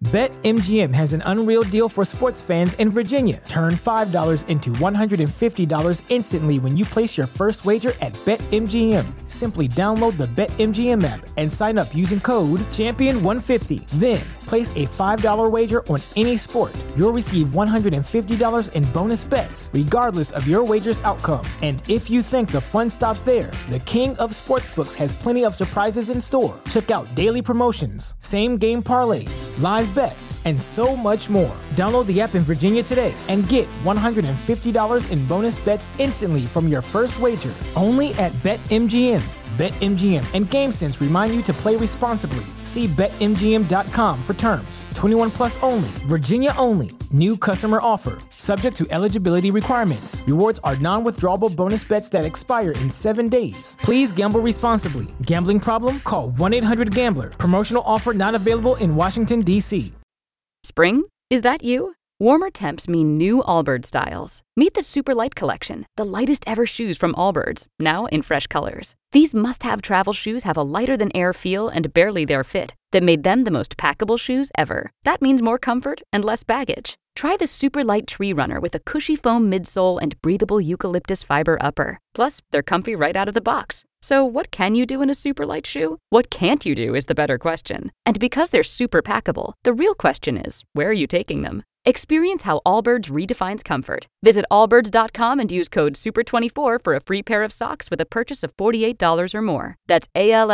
BetMGM has an unreal deal for sports fans in Virginia. Turn $5 into $150 instantly when you place your first wager at BetMGM. Simply download the BetMGM app and sign up using code Champion150. Then, place a $5 wager on any sport. You'll receive $150 in bonus bets, regardless of your wager's outcome. And if you think the fun stops there, the King of Sportsbooks has plenty of surprises in store. Check out daily promotions, same-game parlays, live bets, and so much more. Download the app in Virginia today and get $150 in bonus bets instantly from your first wager. Only at BetMGM. BetMGM and GameSense remind you to play responsibly. See BetMGM.com for terms. 21 plus only. Virginia only. New customer offer. Subject to eligibility requirements. Rewards are non-withdrawable bonus bets that expire in 7 days. Please gamble responsibly. Gambling problem? Call 1-800-GAMBLER. Promotional offer not available in Washington, D.C. Spring? Is that you? Warmer temps mean new Allbirds styles. Meet the Super Light Collection, the lightest ever shoes from Allbirds, now in fresh colors. These must-have travel shoes have a lighter-than-air feel and barely-there fit that made them the most packable shoes ever. That means more comfort and less baggage. Try the Super Light Tree Runner with a cushy foam midsole and breathable eucalyptus fiber upper. Plus, they're comfy right out of the box. So what can you do in a super light shoe? What can't you do is the better question. And because they're super packable, the real question is, where are you taking them? Experience how Allbirds redefines comfort. Visit allbirds.com and use code SUPER24 for a free pair of socks with a purchase of $48 or more. That's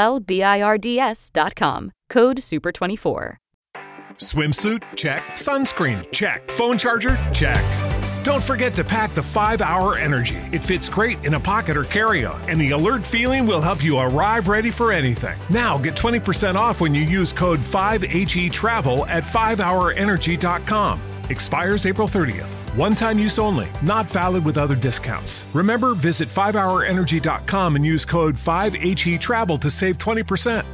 ALLBIRDS.com. Code SUPER24. Swimsuit? Check. Sunscreen? Check. Phone charger? Check. Don't forget to pack the 5-Hour Energy. It fits great in a pocket or carry-on, and the alert feeling will help you arrive ready for anything. Now get 20% off when you use code 5HETRAVEL at 5hourenergy.com. Expires April 30th. One-time use only. Not valid with other discounts. Remember, visit 5hourenergy.com and use code 5HETRAVEL to save 20%.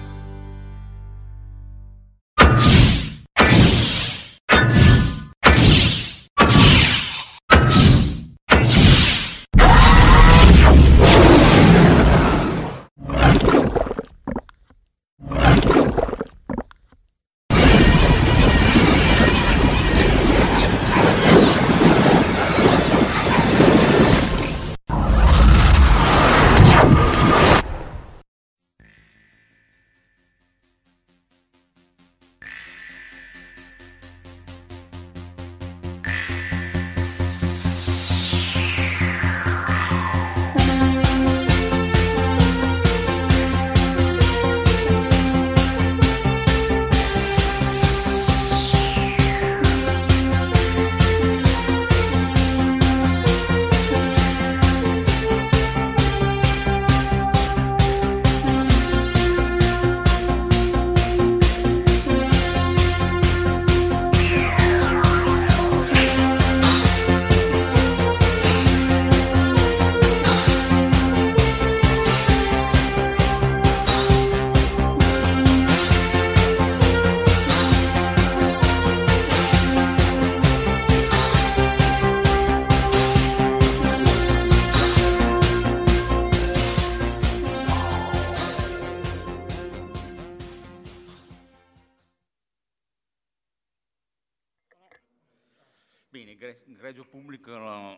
Bene, egregio pubblico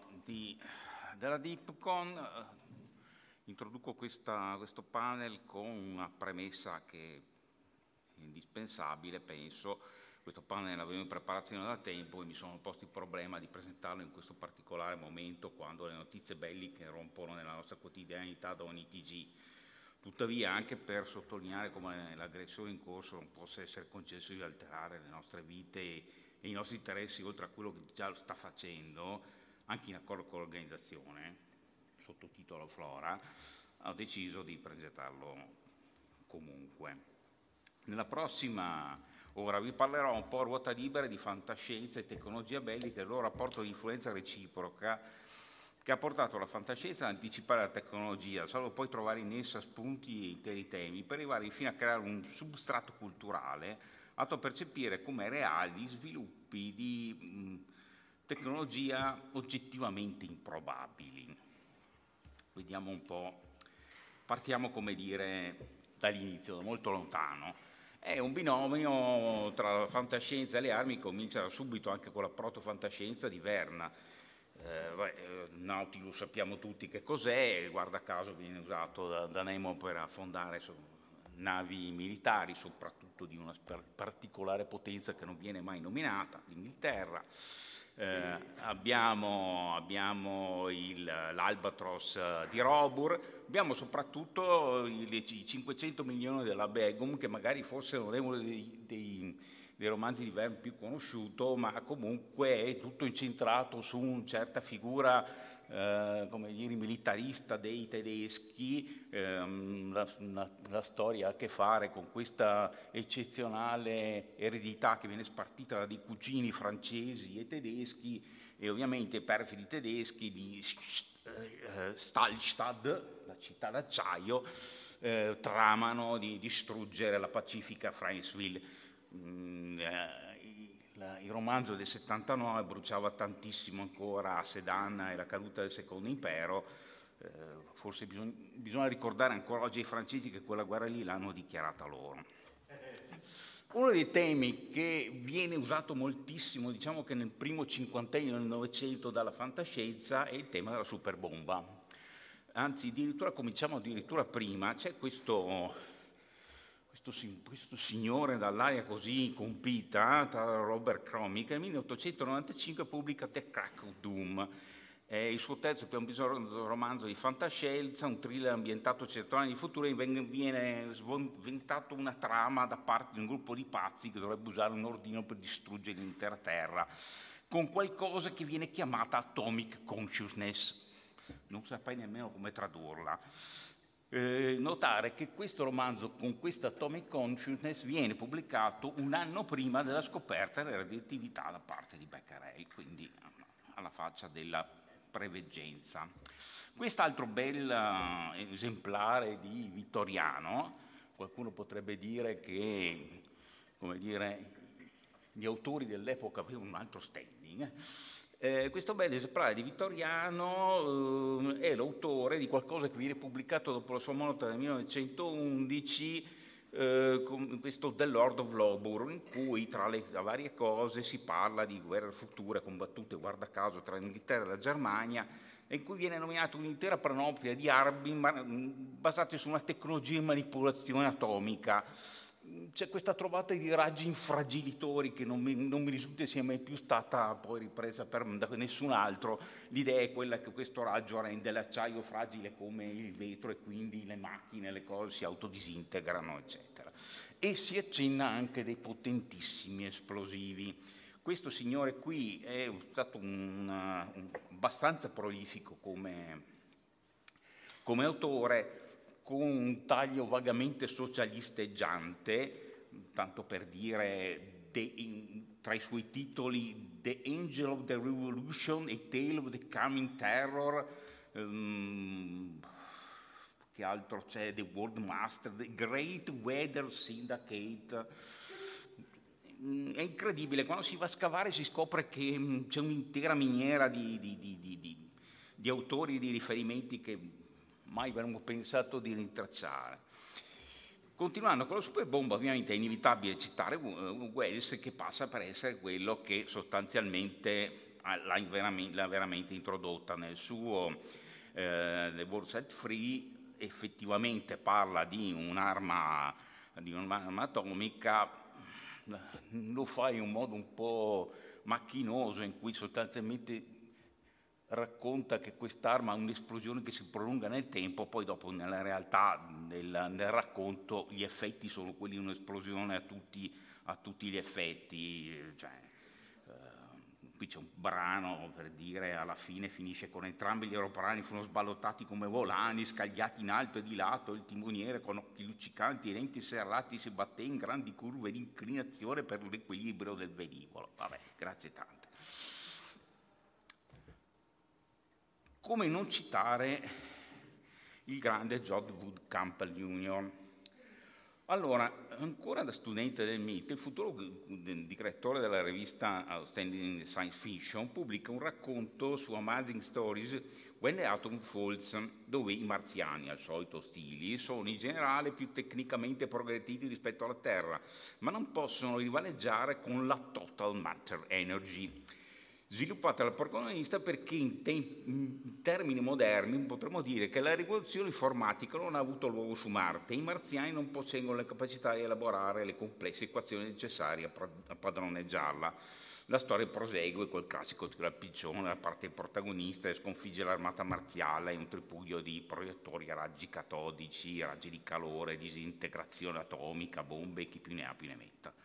della DeepCon, introduco questo panel con una premessa che è indispensabile, penso. Questo panel l'avevo in preparazione da tempo e mi sono posto il problema di presentarlo in questo particolare momento, quando le notizie belliche rompono nella nostra quotidianità da ogni TG. Tuttavia, anche per sottolineare come l'aggressione in corso non possa essere concesso di alterare le nostre vite e i nostri interessi, oltre a quello che già sta facendo, anche in accordo con l'organizzazione, sottotitolo Flora, ho deciso di presentarlo comunque. Nella prossima ora vi parlerò un po' a ruota libera di fantascienza e tecnologia bellica e il loro rapporto di influenza reciproca che ha portato la fantascienza ad anticipare la tecnologia, salvo poi trovare in essa spunti e interi temi, per arrivare infine a creare un substrato culturale atto a percepire come reali sviluppi di tecnologia oggettivamente improbabili. Vediamo un po', partiamo come dire dall'inizio, da molto lontano. È un binomio tra la fantascienza e le armi, comincia subito anche con la protofantascienza di Verne. Nautilus sappiamo tutti che cos'è, guarda caso viene usato da Nemo per affondare navi militari, soprattutto di una particolare potenza che non viene mai nominata, l'Inghilterra. Abbiamo l'Albatros di Robur, abbiamo soprattutto i 500 milioni della Begum, che magari forse non è uno dei romanzi di Verne più conosciuto, ma comunque è tutto incentrato su una certa figura come dire, militarista dei tedeschi. La storia ha a che fare con questa eccezionale eredità che viene spartita da dei cugini francesi e tedeschi, e ovviamente i perfidi tedeschi di Stahlstadt, la città d'acciaio, tramano di distruggere la pacifica Franceville. Il romanzo del 79 bruciava tantissimo ancora a Sedan e la caduta del Secondo Impero. Forse bisogna ricordare ancora oggi ai francesi che quella guerra lì l'hanno dichiarata loro. Uno dei temi che viene usato moltissimo, diciamo che nel primo cinquantennio del Novecento dalla fantascienza, è il tema della superbomba. Anzi, cominciamo addirittura prima. C'è questo signore dall'aria così compita, Robert Crumb, che nel 1895 pubblica The Crack of Doom. Il suo terzo più ambizioso romanzo di fantascienza, un thriller ambientato 100 anni di futuro, e viene sventato una trama da parte di un gruppo di pazzi che dovrebbe usare un ordino per distruggere l'intera Terra, con qualcosa che viene chiamata Atomic Consciousness. Non saprei nemmeno come tradurla. Notare che questo romanzo con questa Atomic Consciousness viene pubblicato un anno prima della scoperta della radioattività da parte di Becquerel, quindi alla faccia della preveggenza. Quest'altro bel esemplare di Vittoriano, qualcuno potrebbe dire che, come dire, gli autori dell'epoca avevano un altro standing. Questo bel esemplare di Vittoriano è l'autore di qualcosa che viene pubblicato dopo la sua morte nel 1911, questo The Lord of Lobur, in cui tra le varie cose si parla di guerre future combattute, guarda caso, tra l'Inghilterra e la Germania, in cui viene nominata un'intera panoplia di armi basate su una tecnologia di manipolazione atomica. C'è questa trovata di raggi infragilitori che non mi risulta sia mai più stata poi ripresa da nessun altro. L'idea è quella che questo raggio rende l'acciaio fragile come il vetro e quindi le macchine, le cose si autodisintegrano, eccetera. E si accenna anche dei potentissimi esplosivi. Questo signore qui è stato abbastanza prolifico come autore, con un taglio vagamente socialisteggiante, tanto per dire, tra i suoi titoli The Angel of the Revolution, A Tale of the Coming Terror, che altro c'è, The World Master, The Great Weather Syndicate. È incredibile, quando si va a scavare si scopre che c'è un'intera miniera di autori, di riferimenti che mai avremmo pensato di rintracciare. Continuando con la superbomba, ovviamente è inevitabile citare Wells, che passa per essere quello che sostanzialmente l'ha veramente introdotta nel suo The World Set Free. Effettivamente parla di un'arma atomica, lo fa in un modo un po' macchinoso, in cui sostanzialmente racconta che quest'arma ha un'esplosione che si prolunga nel tempo, poi dopo nella realtà nel racconto gli effetti sono quelli di un'esplosione a tutti gli effetti. Qui c'è un brano, per dire, alla fine finisce con entrambi gli aeroplani furono sballottati come volani, scagliati in alto e di lato, il timoniere con occhi luccicanti e denti serrati si batté in grandi curve di inclinazione per l'equilibrio del velivolo. Vabbè, grazie tante. Come non citare il grande Joseph Wood Campbell Jr. Allora, ancora da studente del MIT, il futuro direttore della rivista Outstanding Science Fiction pubblica un racconto su Amazing Stories When the Atom Falls, dove i marziani, al solito ostili, sono in generale più tecnicamente progrediti rispetto alla Terra, ma non possono rivaleggiare con la Total Matter Energy, sviluppata dal protagonista, perché in termini moderni potremmo dire che la rivoluzione informatica non ha avuto luogo su Marte. I marziani non posseggono le capacità di elaborare le complesse equazioni necessarie a padroneggiarla. La storia prosegue col classico tiro al piccione da parte del protagonista e sconfigge l'armata marziale in un tripudio di proiettori a raggi catodici, raggi di calore, disintegrazione atomica, bombe e chi più ne ha più ne metta.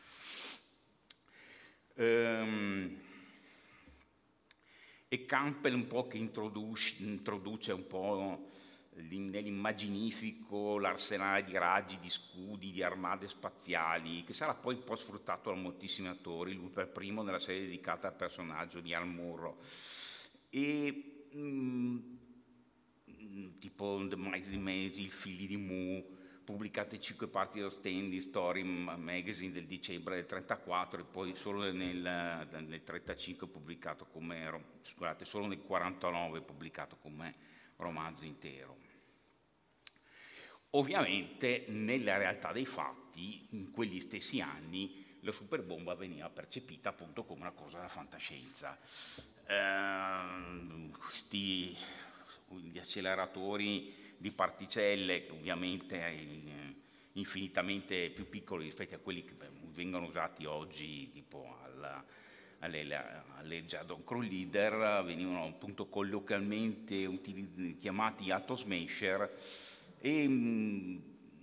E Campbell un po' che introduce un po' nell'immaginifico l'arsenale di raggi, di scudi, di armate spaziali, che sarà poi un po' sfruttato da moltissimi attori, lui per primo nella serie dedicata al personaggio di Alan Moore. E tipo The Mighty Maze, I figli di Mu, pubblicate 5 parti dello Standing Story Magazine del dicembre del 1934 e poi solo nel 1935 pubblicato come, scusate, solo nel 1949 pubblicato come romanzo intero. Ovviamente nella realtà dei fatti, in quegli stessi anni, la superbomba veniva percepita appunto come una cosa da fantascienza. Gli acceleratori di particelle, che ovviamente è infinitamente più piccoli rispetto a quelli che vengono usati oggi, tipo alle Hadron Collider, venivano appunto colloquialmente chiamati atom smasher e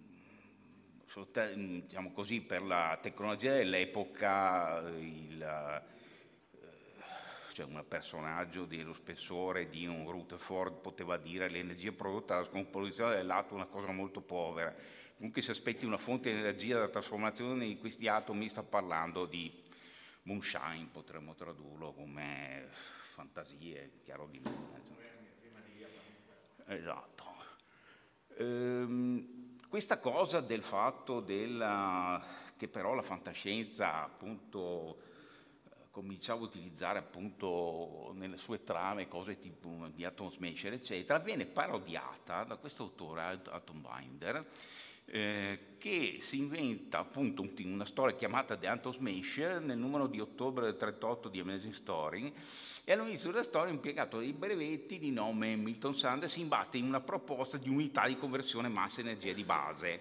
diciamo così, per la tecnologia dell'epoca cioè un personaggio dello spessore di un Rutherford poteva dire l'energia prodotta dalla scomposizione dell'atomo è una cosa molto povera. Comunque si aspetti una fonte di energia da trasformazione di questi atomi, sta parlando di moonshine, potremmo tradurlo come fantasie, chiaro di luna. Esatto. Questa cosa del fatto che però la fantascienza appunto cominciava a utilizzare appunto nelle sue trame cose tipo di Atom Smasher eccetera, viene parodiata da questo autore Atom Binder, che si inventa appunto una storia chiamata The Atom Smasher nel numero di ottobre del 1938 di Amazing Story, e all'inizio della storia impiegato dei brevetti di nome Milton Sanders si imbatte in una proposta di unità di conversione massa-energia di base.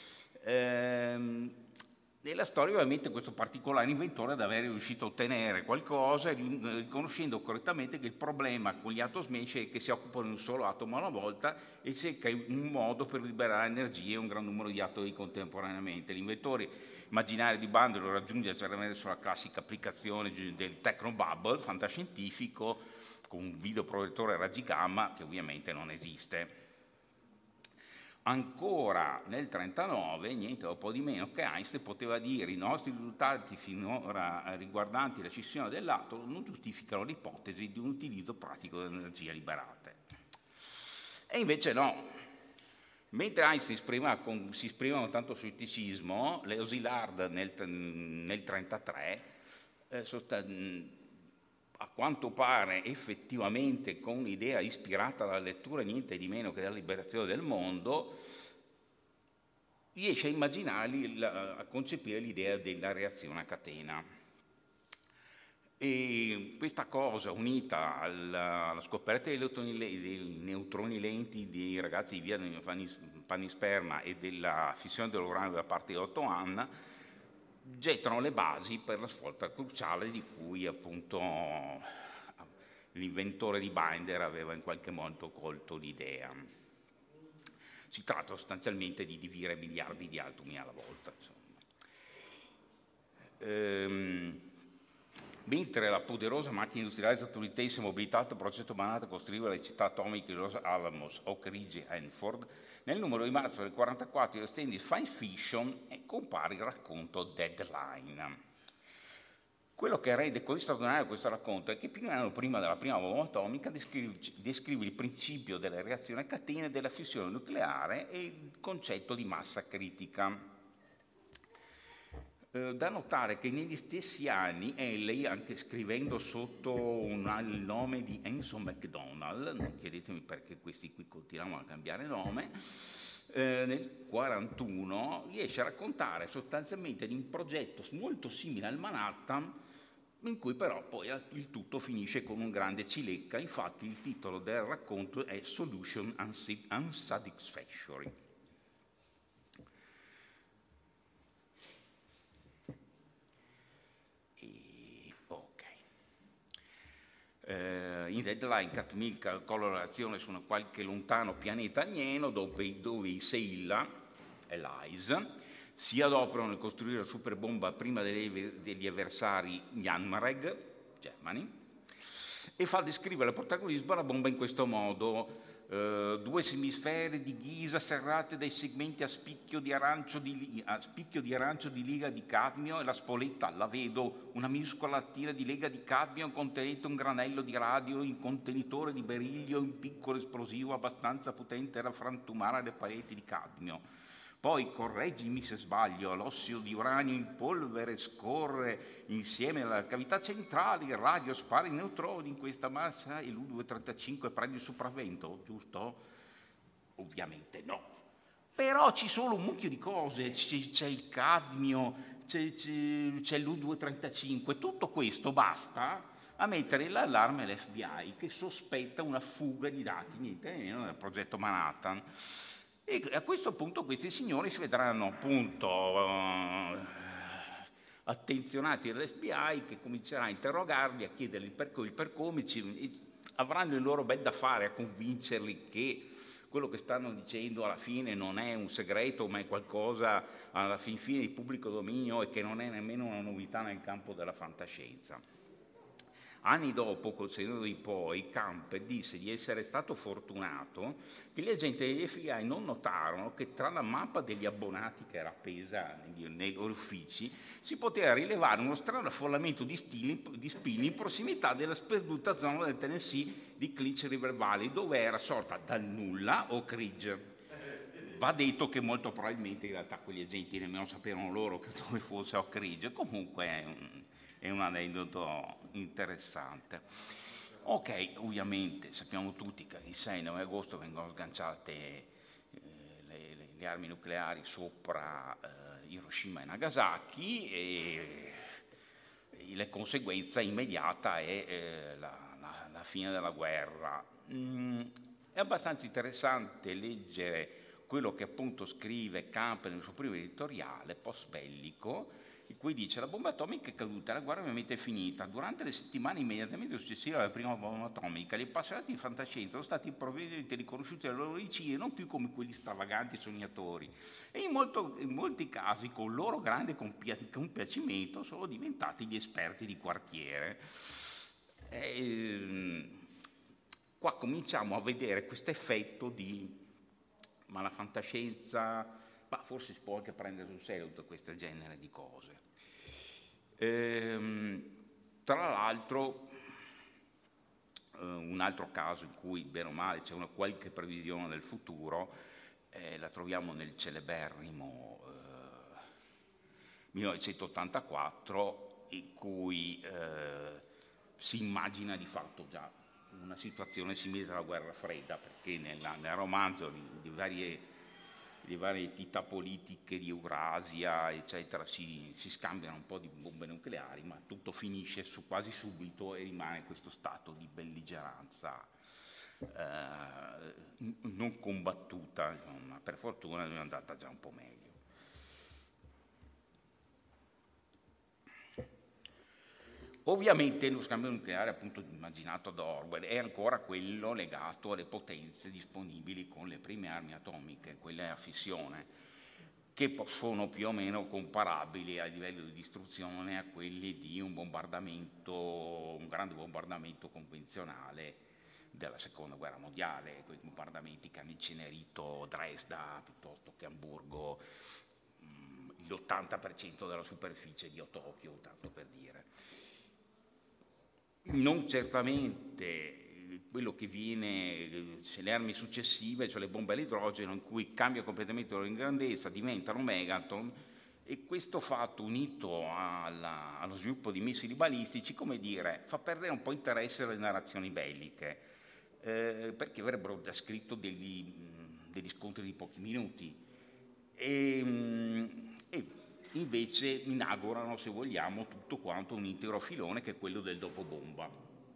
Nella storia ovviamente questo particolare inventore ad aver riuscito a ottenere qualcosa, riconoscendo correttamente che il problema con gli atom smasher è che si occupano di un solo atomo alla volta e cerca un modo per liberare energie a un gran numero di atomi contemporaneamente. L'inventore immaginario di Binder lo raggiunge attraverso la classica applicazione del technobubble fantascientifico con un videoproiettore a raggi gamma che ovviamente non esiste. Ancora nel 1939, niente po' di meno che Einstein poteva dire i nostri risultati finora riguardanti la scissione dell'atomo non giustificano l'ipotesi di un utilizzo pratico delle energie liberate. E invece no. Mentre Einstein si esprima con tanto scetticismo, Leo Szilard nel 1933 a quanto pare effettivamente con un'idea ispirata dalla lettura niente di meno che dalla liberazione del mondo, riesce a immaginare, a concepire l'idea della reazione a catena. E questa cosa, unita alla scoperta dei neutroni lenti dei ragazzi di via Panisperna e della fissione dell'uranio da parte di Otto Hahn, gettano le basi per la svolta cruciale di cui appunto l'inventore di Binder aveva in qualche modo colto l'idea. Si tratta sostanzialmente di dividere miliardi di atomi alla volta. Mentre la poderosa macchina industriale statunitense mobilitata al progetto Manhattan a costruire le città atomiche di Los Alamos, Oak Ridge e Hanford, nel numero di marzo del 1944 di Standing Science Fiction compare il racconto Deadline. Quello che rende così straordinario questo racconto è che più di un anno prima della prima bomba atomica descrive il principio delle reazioni a catena, della fissione nucleare e il concetto di massa critica. Da notare che negli stessi anni Halley, anche scrivendo sotto il nome di Enzo MacDonald, non chiedetemi perché questi qui continuano a cambiare nome, nel 1941 riesce a raccontare sostanzialmente di un progetto molto simile al Manhattan, in cui però poi il tutto finisce con un grande cilecca. Infatti il titolo del racconto è Solution Unsatisfactory. In Deadline, Cat Milk colora l'azione su un qualche lontano pianeta alieno dove i Seilla e l'Ice si adoperano nel costruire la superbomba prima degli avversari Yanmareg, Germany, e fa descrivere al protagonismo la bomba in questo modo: 2 semisfere di ghisa serrate dai segmenti a spicchio di arancio di lega di cadmio, e la spoletta, la vedo, una minuscola lattina di lega di cadmio contenente un granello di radio in contenitore di berillio, un piccolo esplosivo abbastanza potente da frantumare le pareti di cadmio. Poi, correggimi se sbaglio, l'ossido di uranio in polvere scorre insieme alla cavità centrale, il radio spara i neutroni in questa massa e l'U-235 prende il sopravvento, giusto? Ovviamente no. Però ci sono un mucchio di cose, c'è il cadmio, c'è l'U-235, tutto questo basta a mettere l'allarme all'FBI che sospetta una fuga di dati, niente meno, del progetto Manhattan. E a questo punto questi signori si vedranno appunto attenzionati dall'FBI, che comincerà a interrogarli, a chiedergli il per come, avranno il loro bel da fare a convincerli che quello che stanno dicendo alla fine non è un segreto, ma è qualcosa alla fin fine di pubblico dominio e che non è nemmeno una novità nel campo della fantascienza. Anni dopo, col senno di poi, Camp disse di essere stato fortunato che gli agenti degli FBI non notarono che tra la mappa degli abbonati che era appesa nei loro uffici si poteva rilevare uno strano affollamento di spilli in prossimità della sperduta zona del Tennessee di Clinch River Valley, dove era sorta dal nulla Oak Ridge. Va detto che molto probabilmente in realtà quegli agenti nemmeno sapevano loro che dove fosse Oak Ridge. Comunque è un aneddoto interessante. Ok, ovviamente sappiamo tutti che il 6 e 9 agosto vengono sganciate le armi nucleari sopra Hiroshima e Nagasaki, e la conseguenza immediata è la fine della guerra. È abbastanza interessante leggere quello che appunto scrive Camp nel suo primo editoriale post bellico, in cui dice: la bomba atomica è caduta, la guerra ovviamente è finita. Durante le settimane immediatamente successive alla prima bomba atomica, gli appassionati di fantascienza sono stati improvvisamente riconosciuti dalle loro origini non più come quelli stravaganti sognatori, e in molti casi con loro grande compiacimento sono diventati gli esperti di quartiere. Qua cominciamo a vedere questo effetto di: ma la fantascienza, ma forse si può anche prendere sul serio tutto questo genere di cose. Tra l'altro, un altro caso in cui bene o male c'è una qualche previsione del futuro la troviamo nel celeberrimo 1984, in cui si immagina di fatto già una situazione simile alla guerra fredda, perché nel romanzo di varie entità politiche di Eurasia, eccetera, si scambiano un po' di bombe nucleari, ma tutto finisce quasi subito e rimane questo stato di belligeranza non combattuta, insomma. Per fortuna è andata già un po' meglio. Ovviamente lo scambio nucleare, appunto, immaginato da Orwell, è ancora quello legato alle potenze disponibili con le prime armi atomiche, quelle a fissione, che sono più o meno comparabili a livello di distruzione a quelli di un grande bombardamento convenzionale della Seconda Guerra Mondiale, quei bombardamenti che hanno incenerito Dresda piuttosto che Amburgo, l'80% della superficie di Tokyo, tanto per dire. Non certamente quello che viene, le armi successive, cioè le bombe all'idrogeno, in cui cambia completamente la loro grandezza, diventano megaton, E questo fatto, unito allo sviluppo di missili balistici, come dire, fa perdere un po' interesse alle narrazioni belliche, perché avrebbero già scritto degli scontri di pochi minuti. E invece inaugurano, se vogliamo, tutto quanto un intero filone che è quello del dopobomba.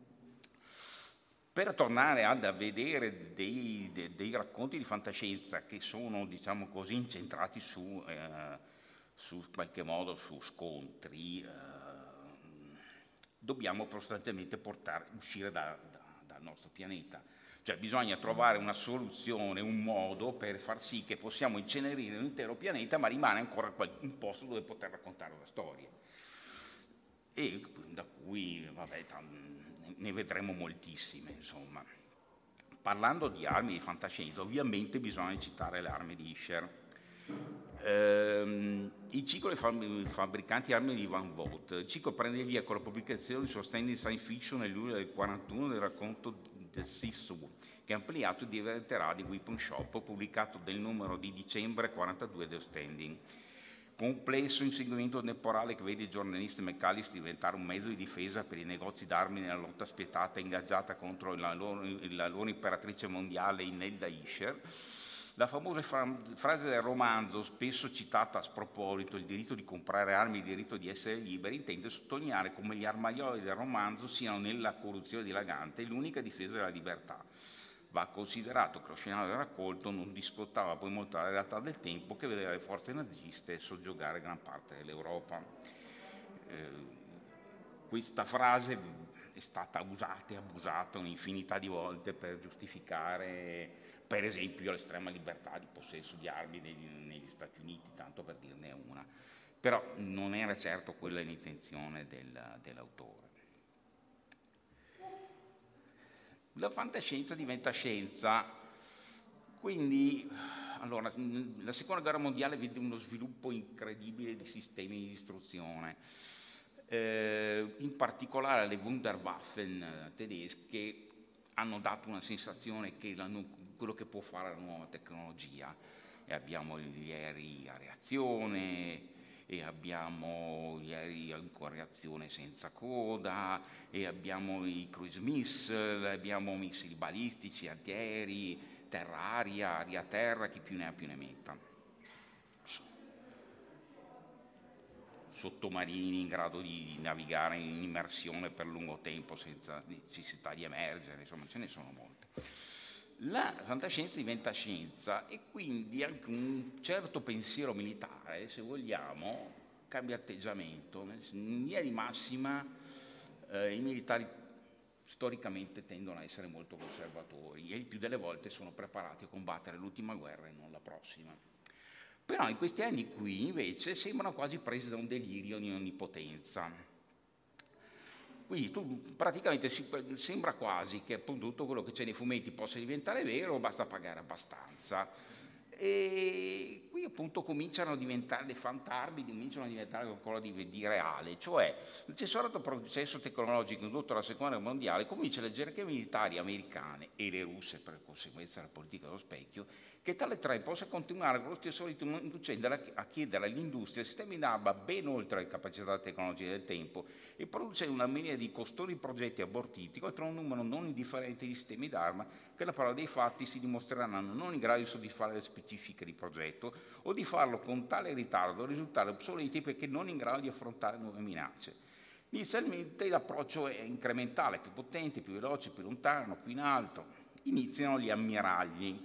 Per tornare a vedere dei racconti di fantascienza che sono, diciamo così, incentrati su qualche modo su scontri, dobbiamo costantemente uscire dal nostro pianeta. Cioè bisogna trovare una soluzione, un modo per far sì che possiamo incenerire l'intero pianeta, ma rimane ancora un posto dove poter raccontare la storia. E da cui, vabbè, ne vedremo moltissime, insomma. Parlando di armi di fantascienza, ovviamente bisogna citare le armi di Escher. Il ciclo dei fabbricanti armi di Van Vogt. Il ciclo prende via con la pubblicazione di Sustaining Science Fiction nel luglio del 1941 del racconto The Sisu, che ampliato diventerà di Weapon Shop, pubblicato nel numero di dicembre 1942 di Outstanding. Complesso inseguimento temporale che vede il giornalista McAllister diventare un mezzo di difesa per i negozi d'armi nella lotta spietata ingaggiata contro la loro imperatrice mondiale Imelda Escher. La famosa frase del romanzo, spesso citata a sproposito, il diritto di comprare armi, il diritto di essere liberi, intende sottolineare come gli armaioli del romanzo siano nella corruzione dilagante l'unica difesa della libertà. Va considerato che lo scenario del raccolto non discostava poi molto dalla realtà del tempo, che vedeva le forze naziste soggiogare gran parte dell'Europa. Questa frase è stata usata e abusata un'infinità di volte per giustificare, per esempio, l'estrema libertà di possesso di armi negli Stati Uniti, tanto per dirne una. Però non era certo quella l'intenzione dell'autore. La fantascienza diventa scienza, quindi allora, la Seconda Guerra Mondiale vede uno sviluppo incredibile di sistemi di istruzione. In particolare le Wunderwaffen tedesche hanno dato una sensazione che quello che può fare la nuova tecnologia. E abbiamo gli aerei a reazione, e abbiamo gli aerei con reazione senza coda, e abbiamo i cruise missile, abbiamo missili balistici, antiaerei, terra-aria, aria-terra, chi più ne ha più ne metta. Sottomarini in grado di navigare in immersione per lungo tempo senza necessità di emergere, insomma ce ne sono molte. La fantascienza diventa scienza e quindi anche un certo pensiero militare, se vogliamo, cambia atteggiamento. In linea di massima i militari storicamente tendono a essere molto conservatori e il più delle volte sono preparati a combattere l'ultima guerra e non la prossima. Però in questi anni qui invece sembrano quasi presi da un delirio di onnipotenza. Quindi praticamente sembra quasi che appunto tutto quello che c'è nei fumetti possa diventare vero, basta pagare abbastanza. E qui appunto cominciano a diventare le fantarmi, cominciano a diventare qualcosa di reale, cioè l'accelerato processo tecnologico indotto dalla Seconda Guerra Mondiale comincia le gerarchie militari americane e le russe per conseguenza della politica dello specchio, che tale trend possa continuare con lo stesso ritmo, inducendo a chiedere all'industria sistemi d'arma ben oltre le capacità tecnologiche del tempo e producendo una miriade di costosi progetti abortiti contro un numero non indifferente di sistemi d'arma che alla parola dei fatti si dimostreranno non in grado di soddisfare le specifiche di progetto o di farlo con tale ritardo da risultare obsoleti perché non in grado di affrontare nuove minacce. Inizialmente l'approccio è incrementale, più potente, più veloce, più lontano, più in alto. Iniziano gli ammiragli.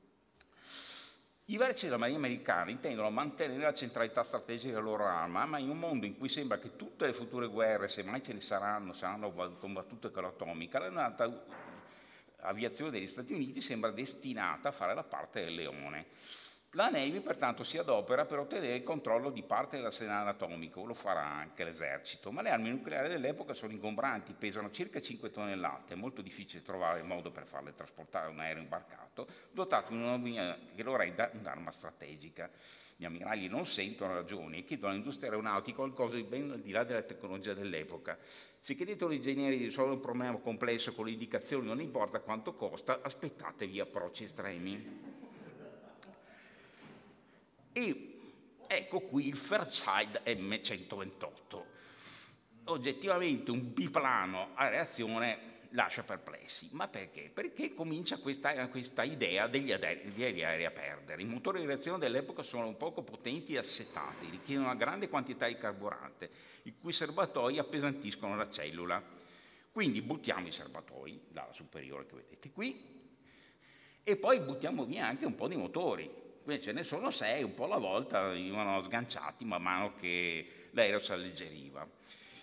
I vertici della Marina americana intendono mantenere la centralità strategica della loro arma, ma in un mondo in cui sembra che tutte le future guerre, se mai ce ne saranno combattute con l'atomica, la nata aviazione degli Stati Uniti sembra destinata a fare la parte del leone. La Navy pertanto si adopera per ottenere il controllo di parte dell'arsenale atomico, lo farà anche l'esercito, ma le armi nucleari dell'epoca sono ingombranti, pesano circa 5 tonnellate, è molto difficile trovare il modo per farle trasportare a un aereo imbarcato, dotato di un'autonomia che lo renda un'arma strategica. Gli ammiragli non sentono ragioni e chiedono all'industria aeronautica qualcosa di ben al di là della tecnologia dell'epoca. Se chiedete agli ingegneri di risolvere un problema complesso con le indicazioni, non importa quanto costa, aspettatevi approcci estremi. E ecco qui il Fairchild M128. Oggettivamente un biplano a reazione lascia perplessi. Ma perché? Perché comincia questa idea degli aerei a perdere. I motori di reazione dell'epoca sono poco potenti e assetati, richiedono una grande quantità di carburante, i cui serbatoi appesantiscono la cellula. Quindi buttiamo i serbatoi, dalla superiore che vedete qui, e poi buttiamo via anche un po' di motori. Quindi ce ne sono 6, un po' alla volta, venivano sganciati man mano che l'aereo si alleggeriva.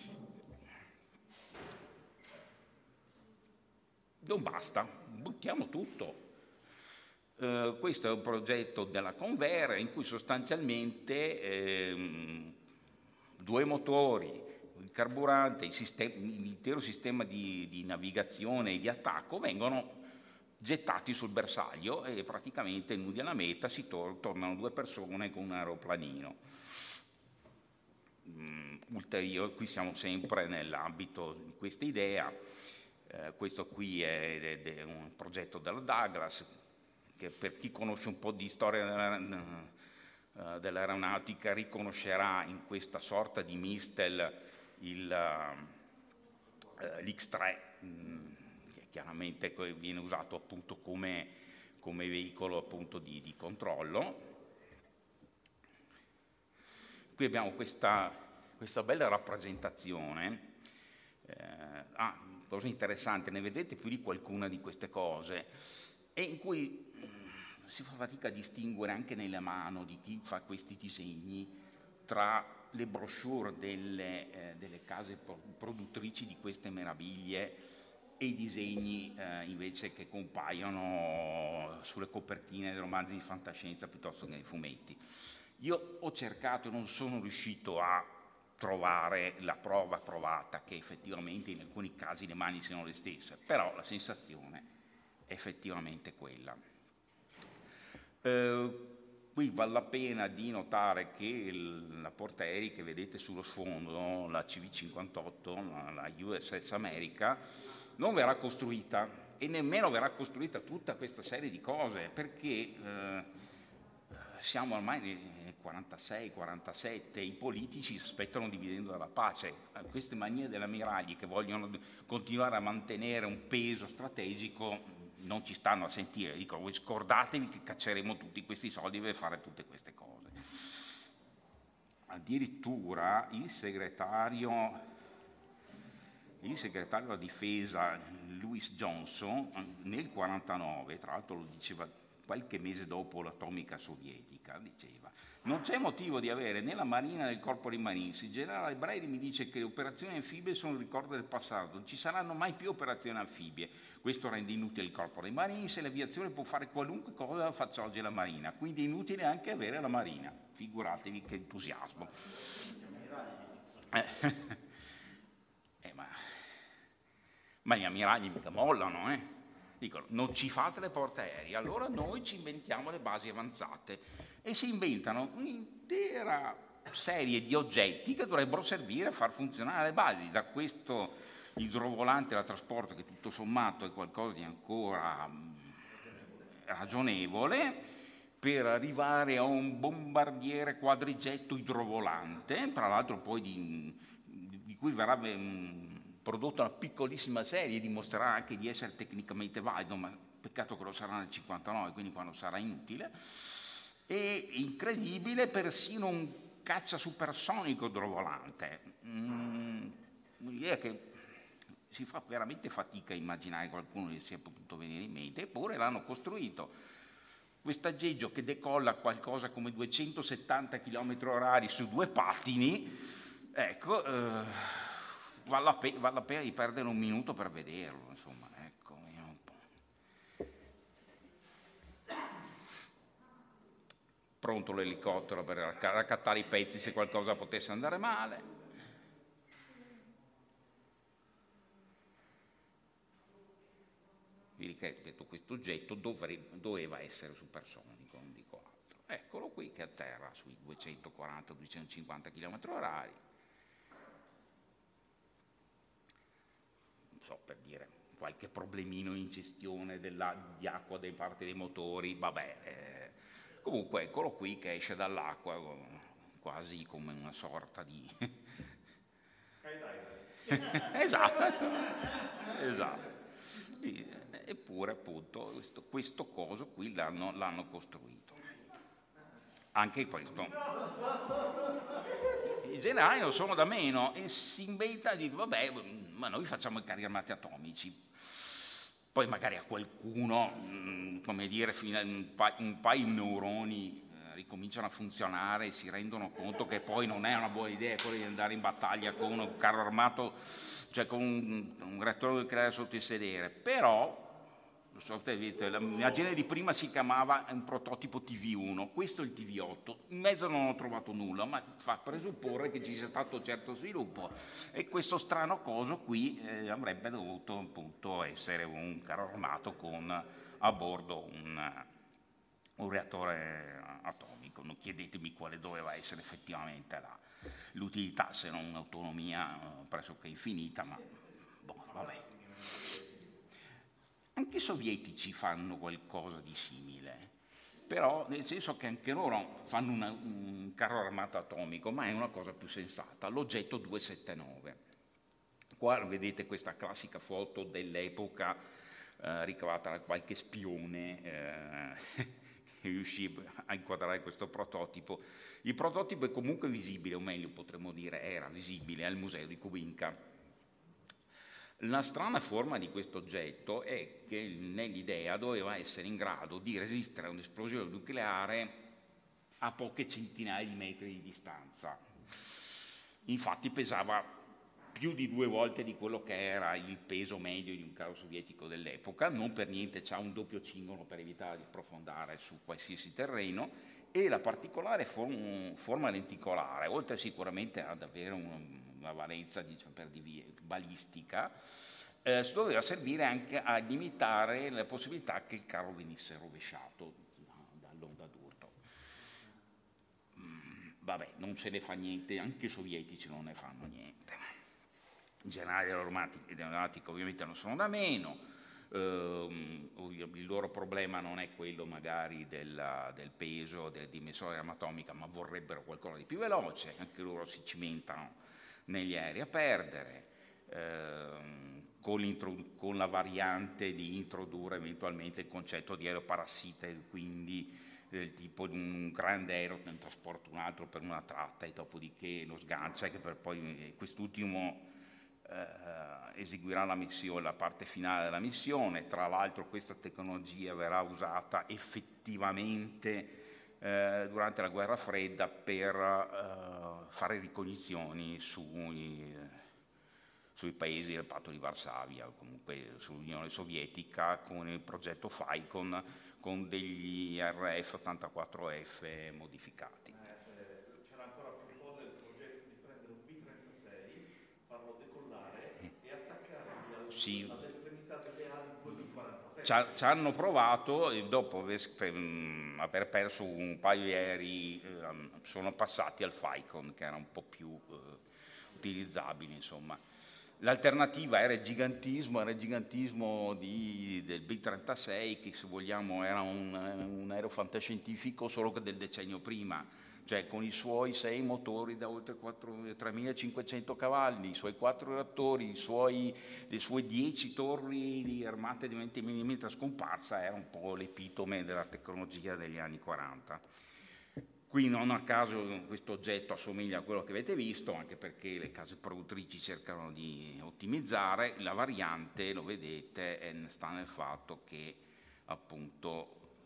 Non basta, buttiamo tutto. Questo è un progetto della Convair in cui sostanzialmente 2 motori, il carburante, l'intero sistema di navigazione e di attacco vengono gettati sul bersaglio e praticamente nudi alla meta tornano 2 persone con un aeroplanino. Ulteriore, qui siamo sempre nell'ambito di questa idea. Questo qui è un progetto della Douglas, che per chi conosce un po' di storia dell'aeronautica riconoscerà in questa sorta di Mistel l'X3, che chiaramente viene usato appunto come veicolo appunto di controllo. Qui abbiamo questa bella rappresentazione. Cosa interessante, ne vedete più di qualcuna di queste cose, e in cui si fa fatica a distinguere anche nella mano di chi fa questi disegni tra le brochure delle case produttrici di queste meraviglie e i disegni invece che compaiono sulle copertine dei romanzi di fantascienza piuttosto che nei fumetti. Io ho cercato e non sono riuscito a trovare la prova provata che effettivamente in alcuni casi le mani siano le stesse, però la sensazione è effettivamente quella. Qui vale la pena di notare che la portaerei che vedete sullo sfondo, la CV-58, la USS America, non verrà costruita e nemmeno verrà costruita tutta questa serie di cose, perché siamo ormai nel 46-47, i politici si aspettano dividendo dalla pace. Queste manie dell'ammiragli che vogliono continuare a mantenere un peso strategico non ci stanno a sentire. Dicono: voi scordatevi che cacceremo tutti questi soldi per fare tutte queste cose. Addirittura il segretario della difesa Louis Johnson nel 1949, tra l'altro lo diceva qualche mese dopo l'atomica sovietica, diceva: non c'è motivo di avere né la Marina né il Corpo dei Marines. Il generale Brady mi dice che le operazioni anfibie sono il ricordo del passato, non ci saranno mai più operazioni anfibie. Questo rende inutile il Corpo dei Marines e l'aviazione può fare qualunque cosa faccia oggi la Marina, quindi è inutile anche avere la Marina. Figuratevi che entusiasmo. Ma gli ammiragli mica mollano, Dicono: non ci fate le portaerei, allora noi ci inventiamo le basi avanzate, e si inventano un'intera serie di oggetti che dovrebbero servire a far funzionare le basi, da questo idrovolante da trasporto che tutto sommato è qualcosa di ancora ragionevole, per arrivare a un bombardiere quadrigetto idrovolante, tra l'altro poi di cui verrà prodotta una piccolissima serie, dimostrerà anche di essere tecnicamente valido, ma peccato che lo sarà nel 59, quindi quando sarà inutile. E incredibile, persino un caccia supersonico idrovolante. Un'idea che si fa veramente fatica a immaginare qualcuno gli sia potuto venire in mente, eppure l'hanno costruito. Questo aggeggio che decolla qualcosa come 270 km/h su 2 pattini, ecco, vale la pena di perdere un minuto per vederlo, insomma, ecco, vediamo un po'. Pronto l'elicottero per raccattare i pezzi se qualcosa potesse andare male. Vi ripeto, questo oggetto doveva essere supersonico, non dico altro. Eccolo qui che atterra sui 240-250 km/h. Per dire, qualche problemino in gestione di acqua da parte dei motori, vabbè. Comunque eccolo qui che esce dall'acqua quasi come una sorta di... Skydiver. Esatto. Eppure appunto questo coso qui l'hanno costruito. Anche questo. I generali non sono da meno e si inventa di vabbè, ma noi facciamo i carri armati atomici. Poi magari a qualcuno, come dire, un paio di neuroni ricominciano a funzionare e si rendono conto che poi non è una buona idea quello di andare in battaglia con un carro armato, cioè con un reattore nucleare sotto il sedere. Però, l'immagine di prima si chiamava un prototipo TV1, questo è il TV8, in mezzo non ho trovato nulla, ma fa presupporre che ci sia stato un certo sviluppo e questo strano coso qui avrebbe dovuto appunto essere un carro armato con a bordo un reattore atomico. Non chiedetemi quale doveva essere effettivamente l'utilità, se non un'autonomia pressoché infinita, ma vabbè. Anche i sovietici fanno qualcosa di simile, però nel senso che anche loro fanno un carro armato atomico, ma è una cosa più sensata, l'oggetto 279. Qua vedete questa classica foto dell'epoca ricavata da qualche spione che riuscì a inquadrare questo prototipo. Il prototipo è comunque visibile, o meglio potremmo dire era visibile al museo di Kubinka. La strana forma di questo oggetto è che nell'idea doveva essere in grado di resistere a un'esplosione nucleare a poche centinaia di metri di distanza. Infatti pesava più di 2 volte di quello che era il peso medio di un carro sovietico dell'epoca, non per niente c'ha un doppio cingolo per evitare di sprofondare su qualsiasi terreno, e la particolare forma lenticolare, oltre sicuramente ad avere una valenza balistica, doveva servire anche a limitare la possibilità che il carro venisse rovesciato dall'onda d'urto. Vabbè, non se ne fa niente, anche i sovietici non ne fanno niente. I generali aeronautici ovviamente non sono da meno. Il loro problema non è quello magari del peso, delle dimensioni dell'arma atomica, ma vorrebbero qualcosa di più veloce, anche loro si cimentano negli aerei a perdere, con la variante di introdurre eventualmente il concetto di aeroparassita, quindi del tipo di un grande aereo che trasporta un altro per una tratta e dopodiché lo sgancia, e che per poi quest'ultimo eseguirà la missione, la parte finale della missione. Tra l'altro questa tecnologia verrà usata effettivamente durante la guerra fredda per fare ricognizioni sui paesi del patto di Varsavia, comunque sull'Unione Sovietica, con il progetto Falcon, con degli RF-84F modificati. C'era ancora più folle il progetto di prendere un B-36, farlo decollare e attaccarli all'estremità delle ali 2 B-47. Ci hanno provato e dopo aver perso un paio di aerei sono passati al Falcon, che era un po' più utilizzabile, insomma. L'alternativa era il gigantismo del B-36, che se vogliamo era un aereo fantascientifico solo che del decennio prima, cioè con i suoi 6 motori da oltre 3.500 cavalli, i suoi 4 reattori, le sue 10 torri armate di 20 mm scomparsa, era un po' l'epitome della tecnologia degli anni 40. Qui non a caso questo oggetto assomiglia a quello che avete visto, anche perché le case produttrici cercano di ottimizzare. La variante, lo vedete, sta nel fatto che appunto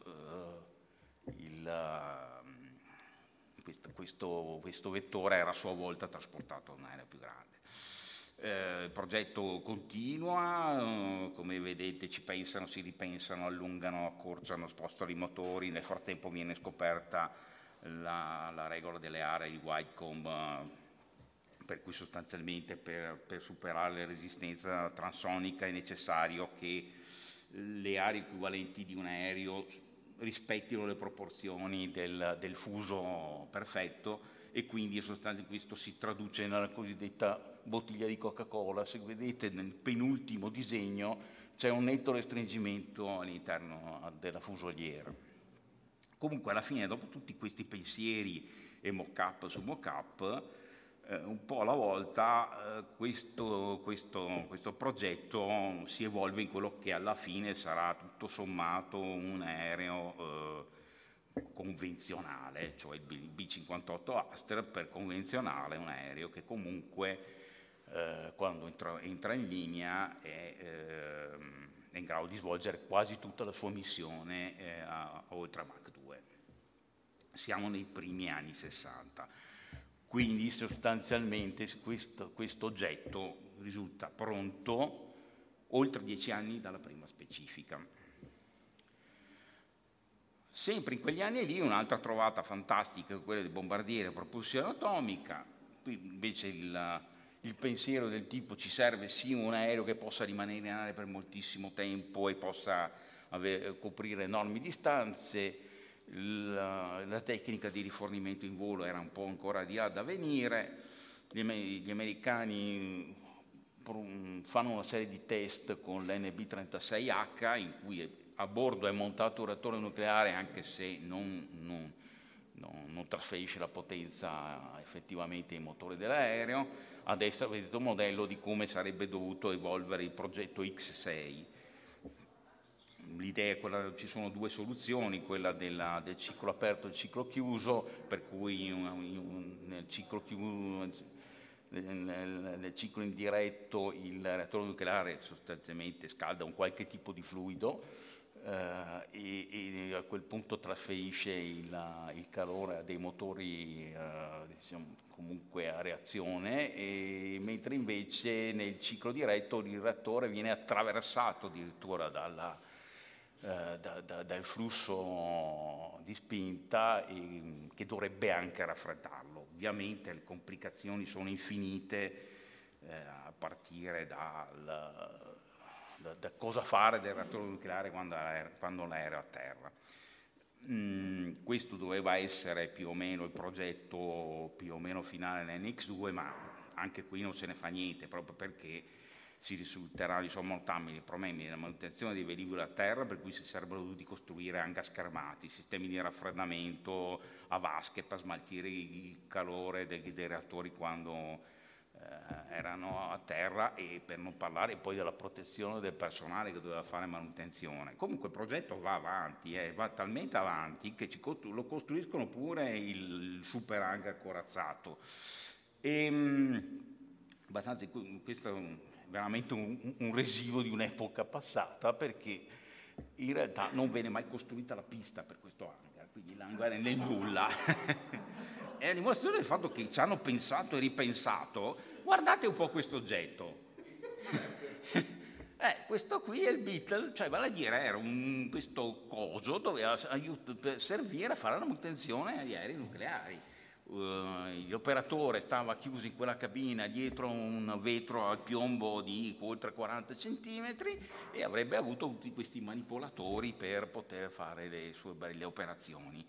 questo vettore era a sua volta trasportato da un aereo più grande. Il progetto continua, come vedete ci pensano, si ripensano, allungano, accorciano, spostano i motori. Nel frattempo viene scoperta la regola delle aree di Whitcomb, per cui sostanzialmente per superare la resistenza transonica è necessario che le aree equivalenti di un aereo rispettino le proporzioni del fuso perfetto, e quindi sostanzialmente questo si traduce nella cosiddetta bottiglia di Coca-Cola. Se vedete nel penultimo disegno c'è un netto restringimento all'interno della fusoliera. Comunque alla fine, dopo tutti questi pensieri e mock-up su mock-up, un po' alla volta questo progetto si evolve in quello che alla fine sarà tutto sommato un aereo convenzionale, cioè il B-58 Aster per convenzionale, un aereo che comunque quando entra in linea è in grado di svolgere quasi tutta la sua missione oltre a Mach 2. Siamo nei primi anni 60, quindi sostanzialmente questo oggetto risulta pronto oltre 10 anni dalla prima specifica. Sempre in quegli anni lì un'altra trovata fantastica, quella del bombardiere a propulsione atomica. Qui invece il pensiero del tipo ci serve sì un aereo che possa rimanere in aria per moltissimo tempo e possa coprire enormi distanze. La tecnica di rifornimento in volo era un po' ancora di là da venire. Gli americani fanno una serie di test con l'NB-36H in cui a bordo è montato un reattore nucleare, anche se non trasferisce la potenza effettivamente ai motori dell'aereo. A destra vedete un modello di come sarebbe dovuto evolvere il progetto X6. L'idea è quella, ci sono due soluzioni, quella del ciclo aperto e il ciclo chiuso, per cui nel ciclo chiuso, nel ciclo indiretto il reattore nucleare sostanzialmente scalda un qualche tipo di fluido e a quel punto trasferisce il calore dei motori comunque a reazione, mentre invece nel ciclo diretto il reattore viene attraversato addirittura dal flusso di spinta che dovrebbe anche raffreddarlo. Ovviamente le complicazioni sono infinite a partire da cosa fare del reattore nucleare quando l'aereo è a terra. Questo doveva essere più o meno il progetto più o meno finale nell'NX2, ma anche qui non se ne fa niente, proprio perché si risulterà insormontabili i problemi della manutenzione dei velivoli a terra, per cui si sarebbero dovuti costruire hangar schermati, sistemi di raffreddamento a vasche per smaltire il calore dei reattori quando erano a terra, e per non parlare poi della protezione del personale che doveva fare manutenzione. Comunque il progetto va avanti, va talmente avanti che lo costruiscono pure il super hangar corazzato. Abbastanza, questo è veramente un residuo di un'epoca passata, perché in realtà non venne mai costruita la pista per questo hangar, quindi l'hangar è nel nulla. È a dimostrazione del fatto che ci hanno pensato e ripensato. Guardate un po' questo oggetto. Questo qui è il Beetle, cioè vale a dire era questo coso doveva servire a fare la manutenzione agli aerei nucleari. L'operatore stava chiuso in quella cabina dietro un vetro al piombo di oltre 40 centimetri e avrebbe avuto tutti questi manipolatori per poter fare le sue belle operazioni.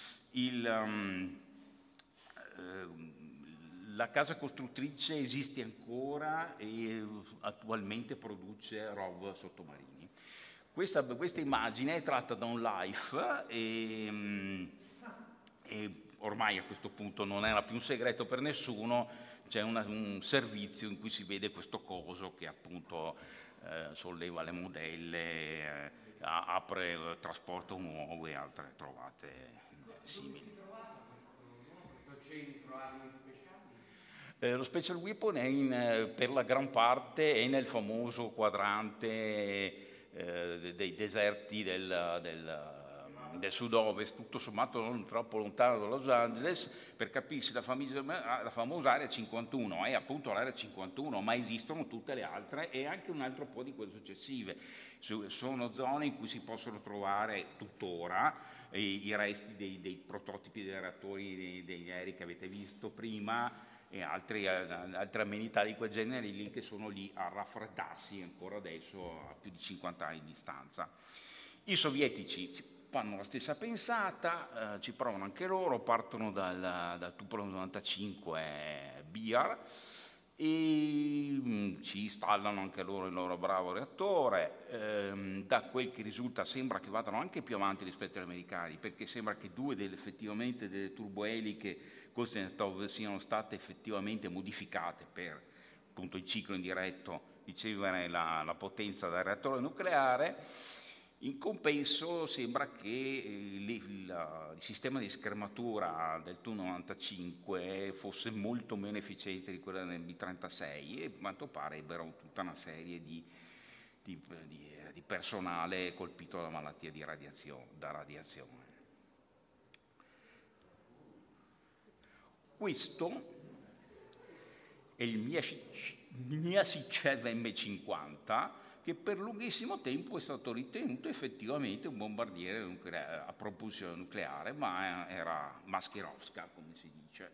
La casa costruttrice esiste ancora e attualmente produce ROV sottomarini. Questa immagine è tratta da un live e ormai a questo punto non era più un segreto per nessuno, c'è un servizio in cui si vede questo coso che appunto solleva le modelle, apre trasporto nuovo e altre trovate simili. Lo Special Weapon per la gran parte è nel famoso quadrante dei deserti del sud-ovest, tutto sommato non troppo lontano da Los Angeles. Per capirsi, la famosa Area 51 è appunto l'Area 51, ma esistono tutte le altre e anche un altro po' di quelle successive. Sono zone in cui si possono trovare tuttora i resti dei prototipi dei reattori degli aerei che avete visto prima e altre amenità di quel genere lì, che sono lì a raffreddarsi ancora adesso a più di 50 anni di distanza. I sovietici fanno la stessa pensata, ci provano anche loro, partono dal Tupolev 95 BIAR e ci installano anche loro il loro bravo reattore. Da quel che risulta sembra che vadano anche più avanti rispetto agli americani, perché sembra che effettivamente delle turboeliche Kostentov siano state effettivamente modificate per appunto il ciclo indiretto, ricevere la potenza dal reattore nucleare. In compenso sembra che il sistema di schermatura del Tu-95 fosse molto meno efficiente di quella del B-36 e a quanto pare ebbero tutta una serie di personale colpito da malattie da radiazione. Questo è il Myasishchev M50, che per lunghissimo tempo è stato ritenuto effettivamente un bombardiere a propulsione nucleare, ma era mascherovska, come si dice.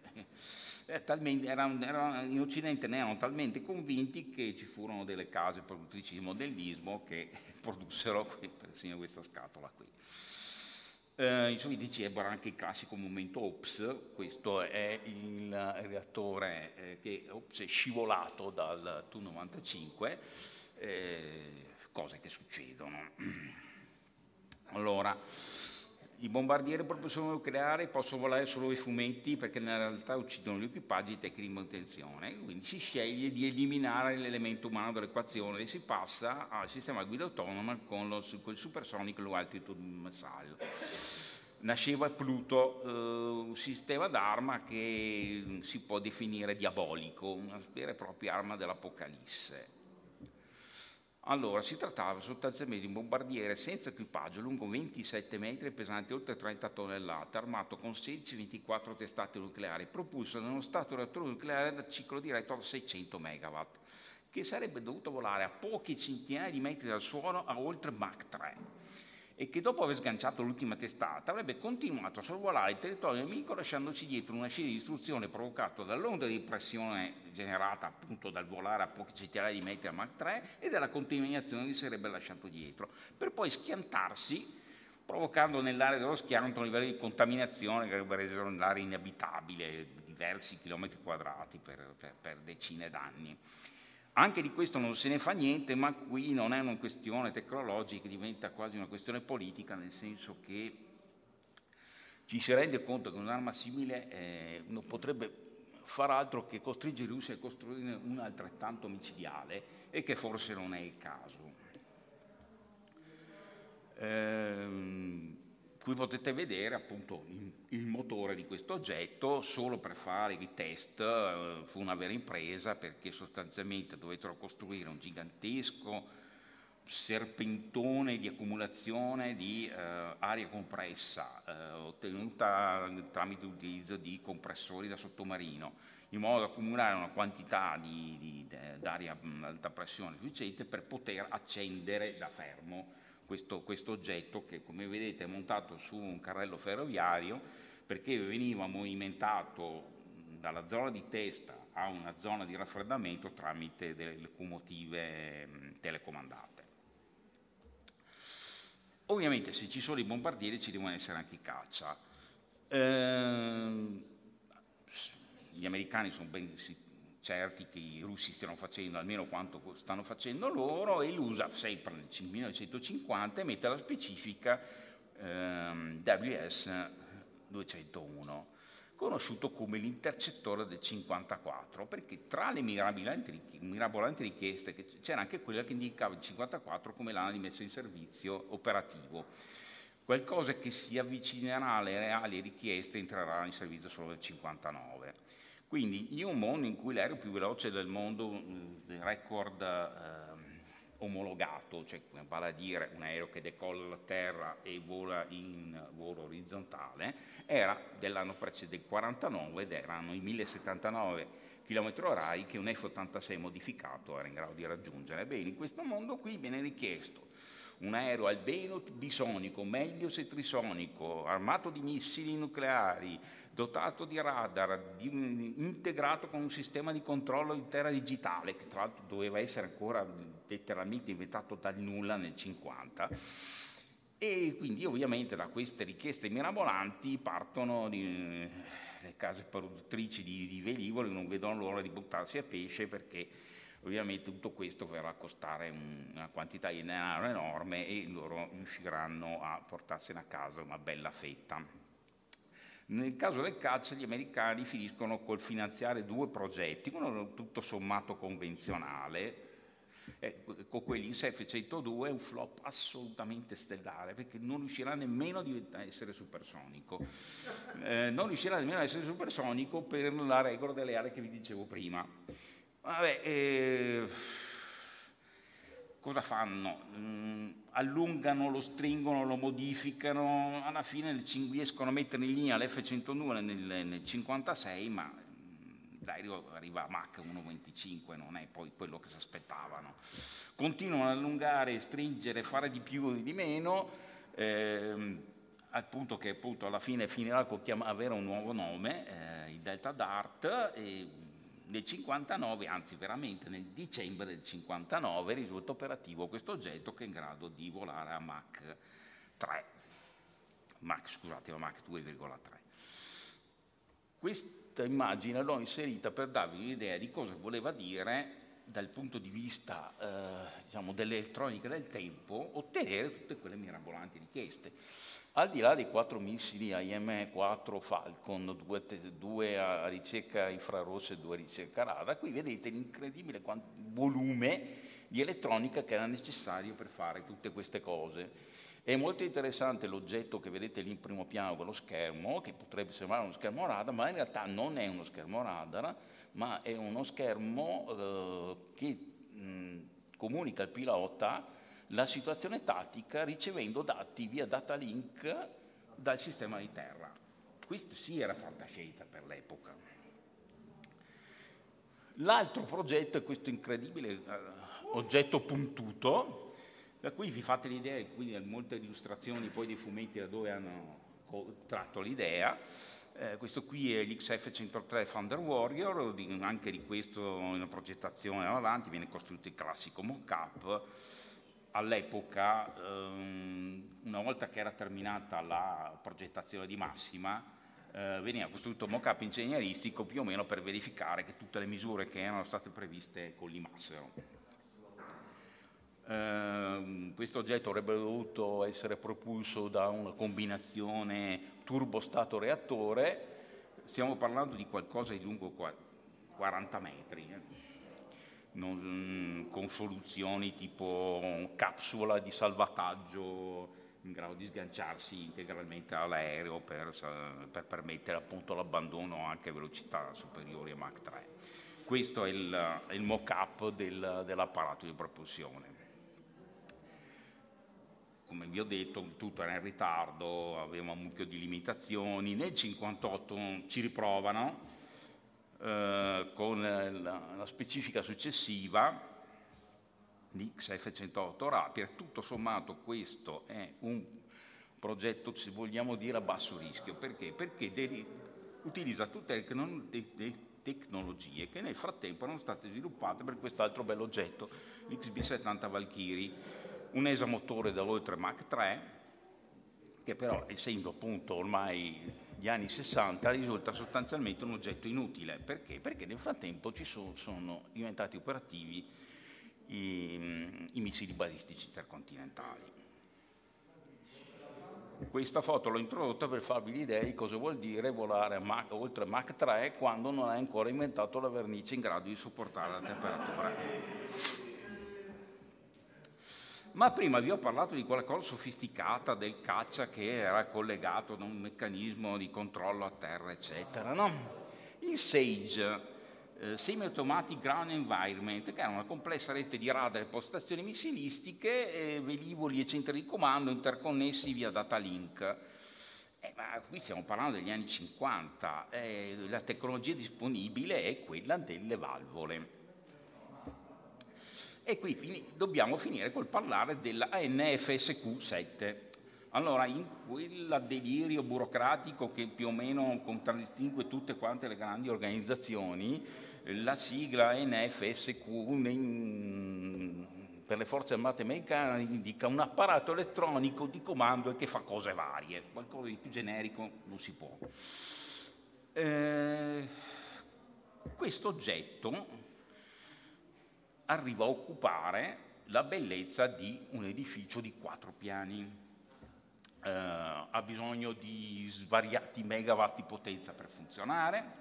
In Occidente ne erano talmente convinti che ci furono delle case produttrici di modellismo che produssero persino questa scatola qui. I sovietici ebbero anche il classico momento Ops. Questo è il reattore che è scivolato dal Tu-95, cose che succedono. Allora, i bombardieri a propulsione nucleare possono volare solo i fumetti perché nella realtà uccidono gli equipaggi e i tecnici di manutenzione, quindi si sceglie di eliminare l'elemento umano dall'equazione e si passa al sistema guida autonoma con il Supersonic Low Altitude Missile. Nasceva Pluto, un sistema d'arma che si può definire diabolico, una vera e propria arma dell'Apocalisse. Allora, si trattava sostanzialmente di un bombardiere senza equipaggio, lungo 27 metri e pesante oltre 30 tonnellate, armato con 16-24 testate nucleari, propulso nello stato reattore nucleare da ciclo diretto da 600 MW, che sarebbe dovuto volare a pochi centinaia di metri dal suolo a oltre Mach 3 e che dopo aver sganciato l'ultima testata avrebbe continuato a sorvolare il territorio nemico lasciandoci dietro una scia di distruzione provocata dall'onda di pressione generata appunto dal volare a pochi centinaia di metri a Mach 3 e dalla contaminazione che si sarebbe lasciato dietro, per poi schiantarsi provocando nell'area dello schianto un livello di contaminazione che avrebbe reso l'area inabitabile diversi chilometri quadrati per decine d'anni. Anche di questo non se ne fa niente, ma qui non è una questione tecnologica, diventa quasi una questione politica, nel senso che ci si rende conto che un'arma simile non potrebbe far altro che costringere i russi a costruire una altrettanto micidiale e che forse non è il caso. Qui potete vedere appunto il motore di questo oggetto. Solo per fare i test fu una vera impresa, perché sostanzialmente dovettero costruire un gigantesco serpentone di accumulazione di aria compressa ottenuta tramite l'utilizzo di compressori da sottomarino, in modo da accumulare una quantità d'aria ad alta pressione sufficiente per poter accendere da fermo questo oggetto che, come vedete, è montato su un carrello ferroviario, perché veniva movimentato dalla zona di testa a una zona di raffreddamento tramite delle locomotive telecomandate. Ovviamente se ci sono i bombardieri ci devono essere anche i caccia. Gli americani sono ben certi che i russi stiano facendo almeno quanto stanno facendo loro, e l'USA sempre nel 1950 emette la specifica WS-201, conosciuto come l'intercettore del 54, perché tra le mirabolanti richieste c'era anche quella che indicava il 54 come l'anno di messa in servizio operativo, qualcosa che si avvicinerà alle reali richieste e entrerà in servizio solo nel 59. Quindi in un mondo in cui l'aereo più veloce del mondo, il record omologato, cioè vale a dire un aereo che decolla da terra e vola in volo orizzontale, era dell'anno precedente, del 49, ed erano i 1079 km/h che un F-86 modificato era in grado di raggiungere. Bene, in questo mondo qui viene richiesto un aereo almeno bisonico, meglio se trisonico, armato di missili nucleari, dotato di radar, integrato con un sistema di controllo di terra digitale, che tra l'altro doveva essere ancora letteralmente inventato dal nulla nel 50, E quindi ovviamente da queste richieste mirabolanti partono le case produttrici di velivoli, non vedono l'ora di buttarsi a pesce, perché ovviamente tutto questo verrà a costare una quantità di denaro enorme e loro riusciranno a portarsene a casa una bella fetta. Nel caso del caccia gli americani finiscono col finanziare 2 progetti, uno tutto sommato convenzionale, con quelli XF-102 è un flop assolutamente stellare, perché non riuscirà nemmeno a essere supersonico. Non riuscirà nemmeno a essere supersonico per la regola delle aree che vi dicevo prima. Vabbè, cosa fanno? Allungano, lo stringono, lo modificano, alla fine riescono a mettere in linea l'F-102 nel 56, ma l'aereo arriva a Mach 1,25, non è poi quello che si aspettavano. Continuano ad allungare, stringere, fare di più e di meno, al punto che appunto alla fine finirà con avere un nuovo nome, il Delta Dart, e nel 59, anzi veramente nel dicembre del 59, risulta operativo questo oggetto che è in grado di volare a Mach 2,3. Questa immagine l'ho inserita per darvi un'idea di cosa voleva dire dal punto di vista diciamo, dell'elettronica del tempo ottenere tutte quelle mirabolanti richieste. Al di là dei 4 missili AIM-4 Falcon, 2 a ricerca infrarossa e 2 a ricerca radar, qui vedete l'incredibile volume di elettronica che era necessario per fare tutte queste cose. È molto interessante l'oggetto che vedete lì in primo piano con lo schermo, che potrebbe sembrare uno schermo radar, ma in realtà non è uno schermo radar, ma è uno schermo che comunica al pilota la situazione tattica ricevendo dati via data link dal sistema di terra. Questo sì era fantascienza per l'epoca. L'altro progetto è questo incredibile oggetto puntuto, da cui vi fate l'idea, e quindi molte illustrazioni poi dei fumetti da dove hanno tratto l'idea. Questo qui è l'XF-103 Thunder Warrior, anche di questo in progettazione avanti, viene costruito il classico mock-up. All'epoca, una volta che era terminata la progettazione di massima, veniva costruito un mock-up ingegneristico più o meno per verificare che tutte le misure che erano state previste collimassero. Questo oggetto avrebbe dovuto essere propulso da una combinazione turbostato-reattore, stiamo parlando di qualcosa di lungo 40 metri, con soluzioni tipo capsula di salvataggio in grado di sganciarsi integralmente all'aereo per permettere appunto l'abbandono anche a velocità superiori a Mach 3. Questo è il mock-up dell'apparato di propulsione. Come vi ho detto, tutto era in ritardo, aveva un mucchio di limitazioni. Nel 1958 ci riprovano con la specifica successiva di XF-108 Rapier. Tutto sommato questo è un progetto, se vogliamo dire, a basso rischio. Perché? Perché utilizza tutte le tecnologie che nel frattempo erano state sviluppate per quest'altro bell'oggetto, l'XB-70 Valkyrie, un esomotore da oltre Mach 3, che però, essendo appunto ormai gli anni 60, risulta sostanzialmente un oggetto inutile. Perché? Perché nel frattempo sono diventati operativi i missili balistici intercontinentali. Questa foto l'ho introdotta per farvi l'idea di cosa vuol dire volare oltre Mach 3 quando non hai ancora inventato la vernice in grado di sopportare la temperatura. Ma prima vi ho parlato di qualcosa sofisticata del caccia che era collegato ad un meccanismo di controllo a terra, eccetera, no? Il SAGE, Semi-Automatic Ground Environment, che era una complessa rete di radar e postazioni missilistiche, velivoli e centri di comando interconnessi via data link. Ma qui stiamo parlando degli anni 50, la tecnologia disponibile è quella delle valvole. E qui dobbiamo finire col parlare della NFSQ-7. Allora, in quel delirio burocratico che più o meno contraddistingue tutte quante le grandi organizzazioni, la sigla NFSQ per le forze armate americane indica un apparato elettronico di comando e che fa cose varie, qualcosa di più generico non si può. Questo oggetto arriva a occupare la bellezza di un edificio di 4 piani. Ha bisogno di svariati megawatt di potenza per funzionare.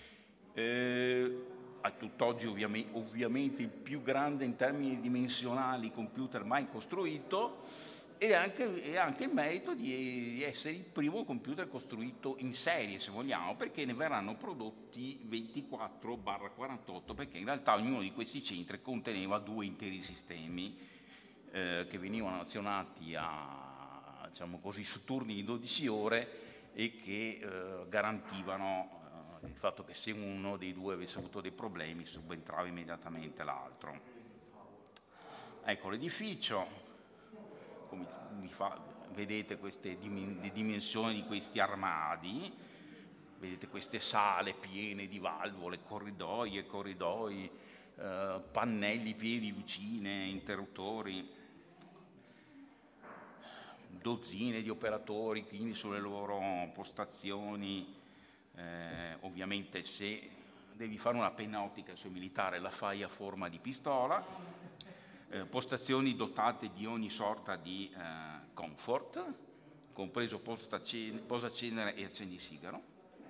A tutt'oggi ovviamente il più grande in termini dimensionali computer mai costruito, e anche il merito di essere il primo computer costruito in serie, se vogliamo, perché ne verranno prodotti 24/48, perché in realtà ognuno di questi centri conteneva 2 interi sistemi che venivano azionati diciamo così, su turni di 12 ore e che garantivano il fatto che se uno dei 2 avesse avuto dei problemi subentrava immediatamente l'altro. Ecco l'edificio, come vedete le dimensioni di questi armadi, vedete queste sale piene di valvole, corridoi, pannelli pieni di lucine, interruttori, dozzine di operatori, quindi sulle loro postazioni. Ovviamente se devi fare una penna ottica sul militare la fai a forma di pistola, postazioni dotate di ogni sorta di comfort, compreso posacenere e accendisigaro.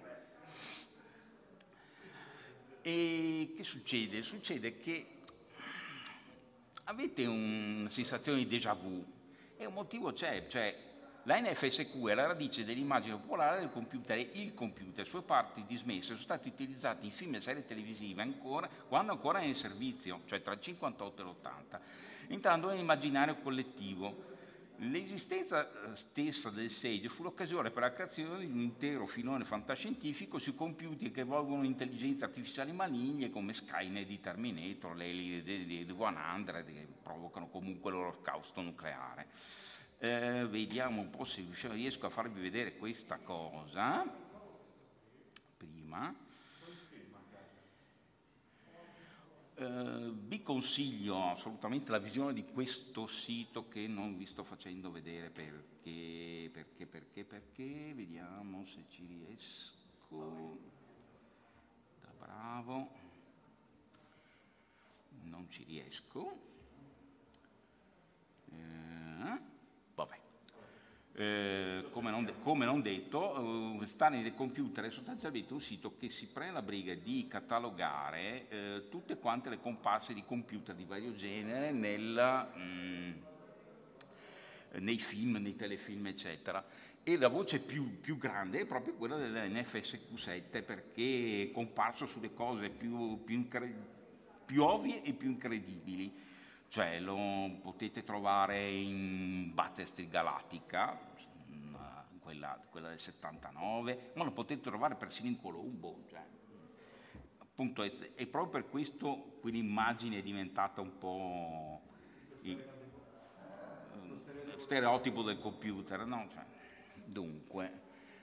E che succede? Succede che avete una sensazione di déjà vu, e un motivo c'è, cioè la NFSQ è la radice dell'immagine popolare del computer, e il computer, sue parti dismesse, sono stati utilizzati in film e serie televisive quando ancora era in servizio, cioè tra il 58 e l'80, entrando nell'immaginario collettivo. L'esistenza stessa del Sage fu l'occasione per la creazione di un intero filone fantascientifico sui computer che evolvono intelligenze artificiali maligne come Skynet di Terminator, le di 100, che provocano comunque l'olocausto nucleare. Vediamo un po' se riesco a farvi vedere questa cosa prima. Vi consiglio assolutamente la visione di questo sito, che non vi sto facendo vedere perché vediamo se ci riesco. Da bravo, non ci riesco. Come non detto, Stare del Computer è sostanzialmente un sito che si prende la briga di catalogare tutte quante le comparse di computer di vario genere nei film, nei telefilm, eccetera. E la voce più grande è proprio quella dell'NFSQ7, perché è comparso sulle cose più ovvie e più incredibili. Cioè lo potete trovare in Battlestar Galactica, quella del 79, ma lo potete trovare persino in Colombo. Cioè, appunto è proprio per questo quell'immagine è diventata un po' lo stereotipo del computer, no? Cioè, dunque,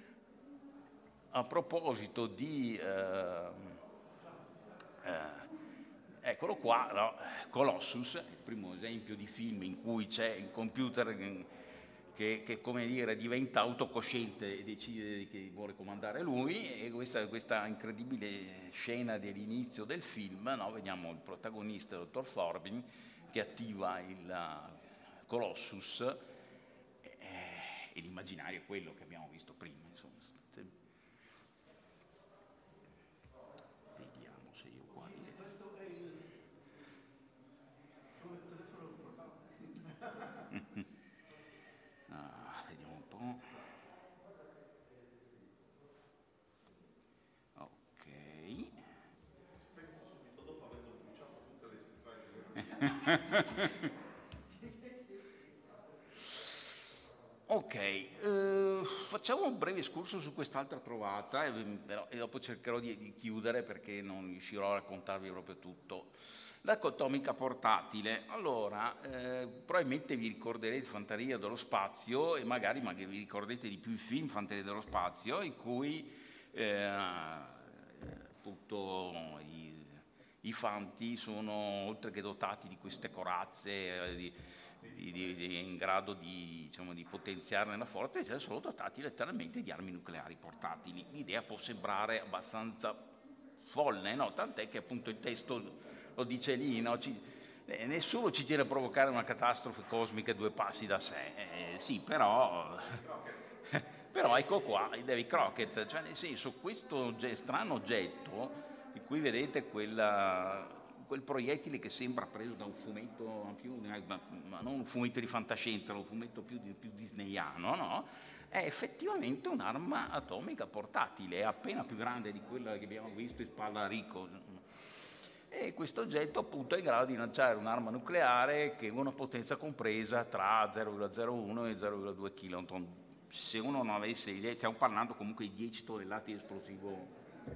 a proposito di eccolo qua, no? Colossus, il primo esempio di film in cui c'è il computer che come dire, diventa autocosciente e decide che vuole comandare lui, e questa incredibile scena dell'inizio del film, no? Vediamo il protagonista, il dottor Forbin, che attiva il Colossus, e l'immaginario è quello che abbiamo visto prima, insomma. Vediamo se io qua vediamo un po'. Ok. Subito dopo averlo bruciato tutte le scrivanie. Ok, facciamo un breve escurso su quest'altra trovata, e dopo cercherò di chiudere perché non riuscirò a raccontarvi proprio tutto. La atomica portatile. Allora, probabilmente vi ricorderete Fanteria dello Spazio, e magari vi ricorderete di più il film Fanteria dello Spazio, in cui appunto i i fanti sono, oltre che dotati di queste corazze in grado di potenziarne la forza, cioè sono dotati letteralmente di armi nucleari portatili. L'idea può sembrare abbastanza folle, no? Tant'è che appunto il testo lo dice lì, no? Nessuno ci tiene a provocare una catastrofe cosmica 2 passi da sé, sì, però ecco qua i Davy Crockett, cioè nel senso, questo strano oggetto di cui vedete quel proiettile che sembra preso da un fumetto ma non un fumetto di fantascienza, un fumetto più disneyano, no? È effettivamente un'arma atomica portatile, è appena più grande di quella che abbiamo visto in spalla a Rico. E questo oggetto appunto è in grado di lanciare un'arma nucleare che ha una potenza compresa tra 0,01 e 0,2 kiloton. Se uno non avesse idea, stiamo parlando comunque di 10 tonnellate di esplosivo,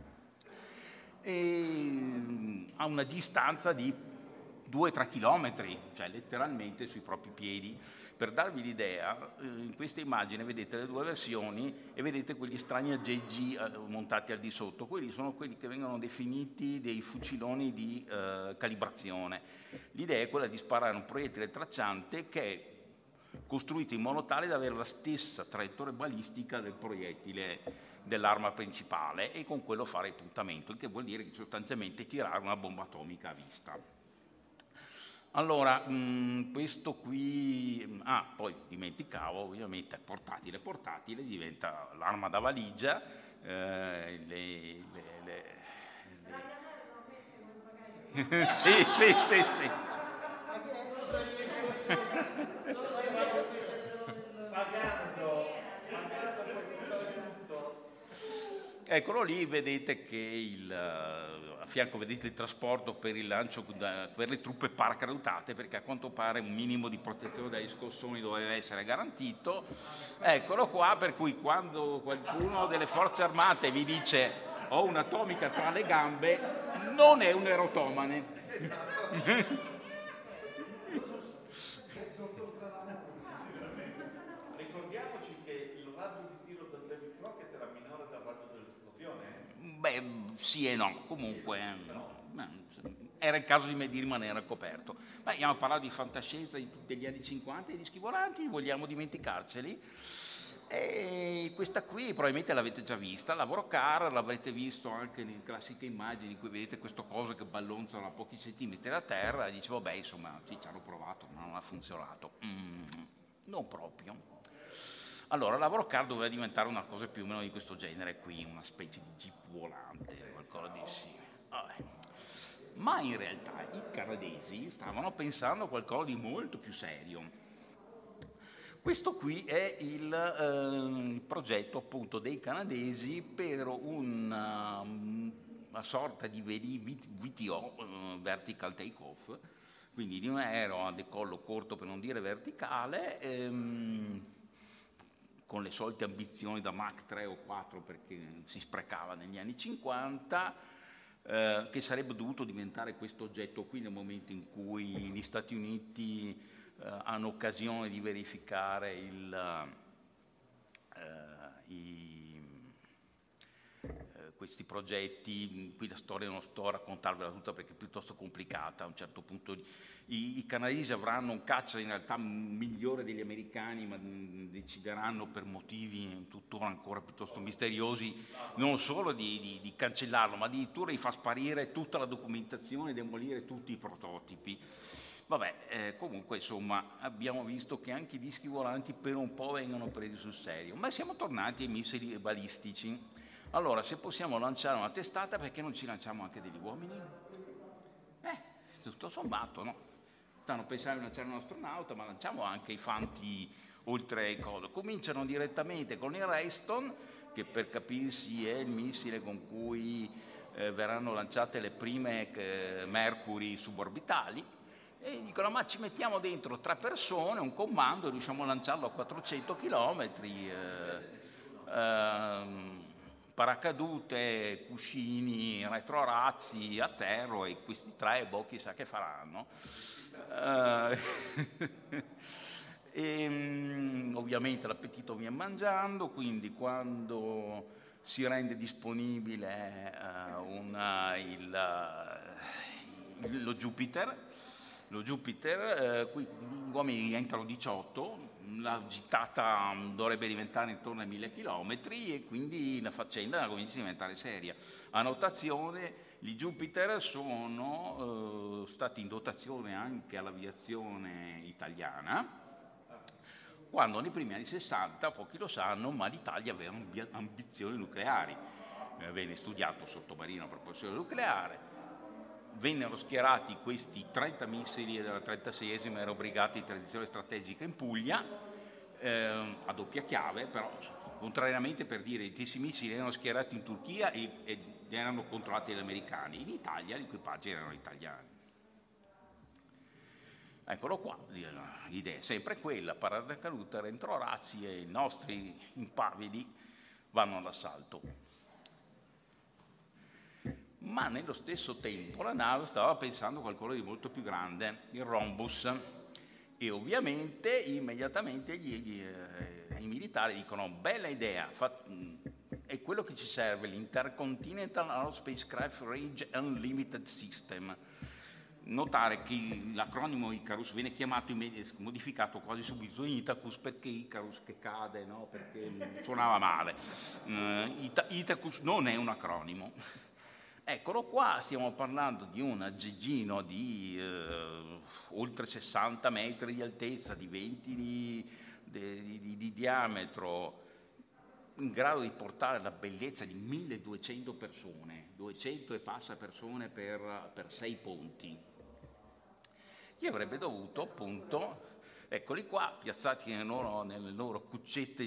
e a una distanza di 2-3 chilometri, cioè letteralmente sui propri piedi. Per darvi l'idea, in questa immagine vedete le 2 versioni e vedete quegli strani aggeggi montati al di sotto. Quelli sono quelli che vengono definiti dei fuciloni di calibrazione. L'idea è quella di sparare un proiettile tracciante che è costruito in modo tale da avere la stessa traiettoria balistica del proiettile dell'arma principale e con quello fare il puntamento, il che vuol dire che sostanzialmente tirare una bomba atomica a vista. Allora, questo qui, poi dimenticavo, ovviamente portatile diventa l'arma da valigia, sì. Eccolo lì, vedete che a fianco vedete il trasporto per il lancio per le truppe paracadutate, perché a quanto pare un minimo di protezione dagli scossoni doveva essere garantito. Eccolo qua, per cui quando qualcuno delle forze armate vi dice ho un'atomica tra le gambe, non è un erotomane. Ricordiamoci che il raggio di tiro del Davy Crockett era minore del raggio dell'esplosione. Beh, sì e no, comunque era il caso di rimanere al coperto. Ma abbiamo parlato di fantascienza degli anni 50 e di dischi volanti, vogliamo dimenticarceli? E questa qui probabilmente l'avete già vista, la Lavorocar, l'avrete visto anche nelle classiche immagini in cui vedete questo coso che ballonzano a pochi centimetri da terra e dicevo, beh, insomma, sì, ci hanno provato, ma non ha funzionato. Non proprio. Allora, la Lavorocar doveva diventare una cosa più o meno di questo genere qui, una specie di jeep volante, qualcosa di simile. Vabbè. Ma in realtà i canadesi stavano pensando a qualcosa di molto più serio. Questo qui è il progetto appunto dei canadesi per una sorta di VTO, Vertical Takeoff, quindi di un aereo a decollo corto per non dire verticale, con le solite ambizioni da Mach 3 o 4 perché si sprecava negli anni 50, che sarebbe dovuto diventare questo oggetto qui nel momento in cui gli Stati Uniti hanno occasione di verificare questi progetti. Qui la storia non sto a raccontarvela tutta perché è piuttosto complicata. A un certo punto i canadesi avranno un caccia in realtà migliore degli americani, ma decideranno per motivi tuttora ancora piuttosto misteriosi non solo di cancellarlo, ma addirittura di far sparire tutta la documentazione e demolire tutti i prototipi. Vabbè, comunque insomma abbiamo visto che anche i dischi volanti per un po' vengono presi sul serio, ma siamo tornati ai missili balistici. Allora, se possiamo lanciare una testata, perché non ci lanciamo anche degli uomini? Tutto sommato, no? Stanno pensando di lanciare un astronauta, ma lanciamo anche i fanti oltre ai codo. Cominciano direttamente con il Rayston, che per capirsi è il missile con cui verranno lanciate le prime Mercury suborbitali, e dicono ma ci mettiamo dentro 3 persone, un comando e riusciamo a lanciarlo a 400 chilometri, paracadute, cuscini, retrorazzi, atterro, e questi 3 chissà che faranno. Ovviamente l'appetito viene mangiando, quindi quando si rende disponibile lo Jupiter, qui gli uomini entrano 18, la gittata dovrebbe diventare intorno ai 1000 chilometri e quindi la faccenda comincia a diventare seria. A notazione, gli Jupiter sono stati in dotazione anche all'aviazione italiana, quando nei primi anni 60, pochi lo sanno, ma l'Italia aveva ambizioni nucleari. Venne studiato sottomarino a propulsione nucleare, vennero schierati questi 30 missili della 36esima Aerobrigata di Tradizione Strategica in Puglia, a doppia chiave, però contrariamente, per dire, i stessi missili erano schierati in Turchia e erano controllati dagli americani. In Italia gli equipaggi erano italiani. Eccolo qua, l'idea è sempre quella: paracadute, retrorazzi e i nostri impavidi vanno all'assalto. Ma nello stesso tempo la nave stava pensando a qualcosa di molto più grande, il Rhombus, e ovviamente immediatamente i militari dicono: bella idea, è quello che ci serve, l'Intercontinental Aerospacecraft Range Unlimited System. Notare che l'acronimo Icarus viene chiamato modificato quasi subito in Itacus, perché Icarus che cade, no? Perché suonava male. Itacus non è un acronimo. Eccolo qua, stiamo parlando di un aggeggino di oltre 60 metri di altezza, di 20 di diametro, in grado di portare la bellezza di 1200 persone, 200 e passa persone per 6 ponti. Chi avrebbe dovuto, appunto, eccoli qua, piazzati nelle loro cuccette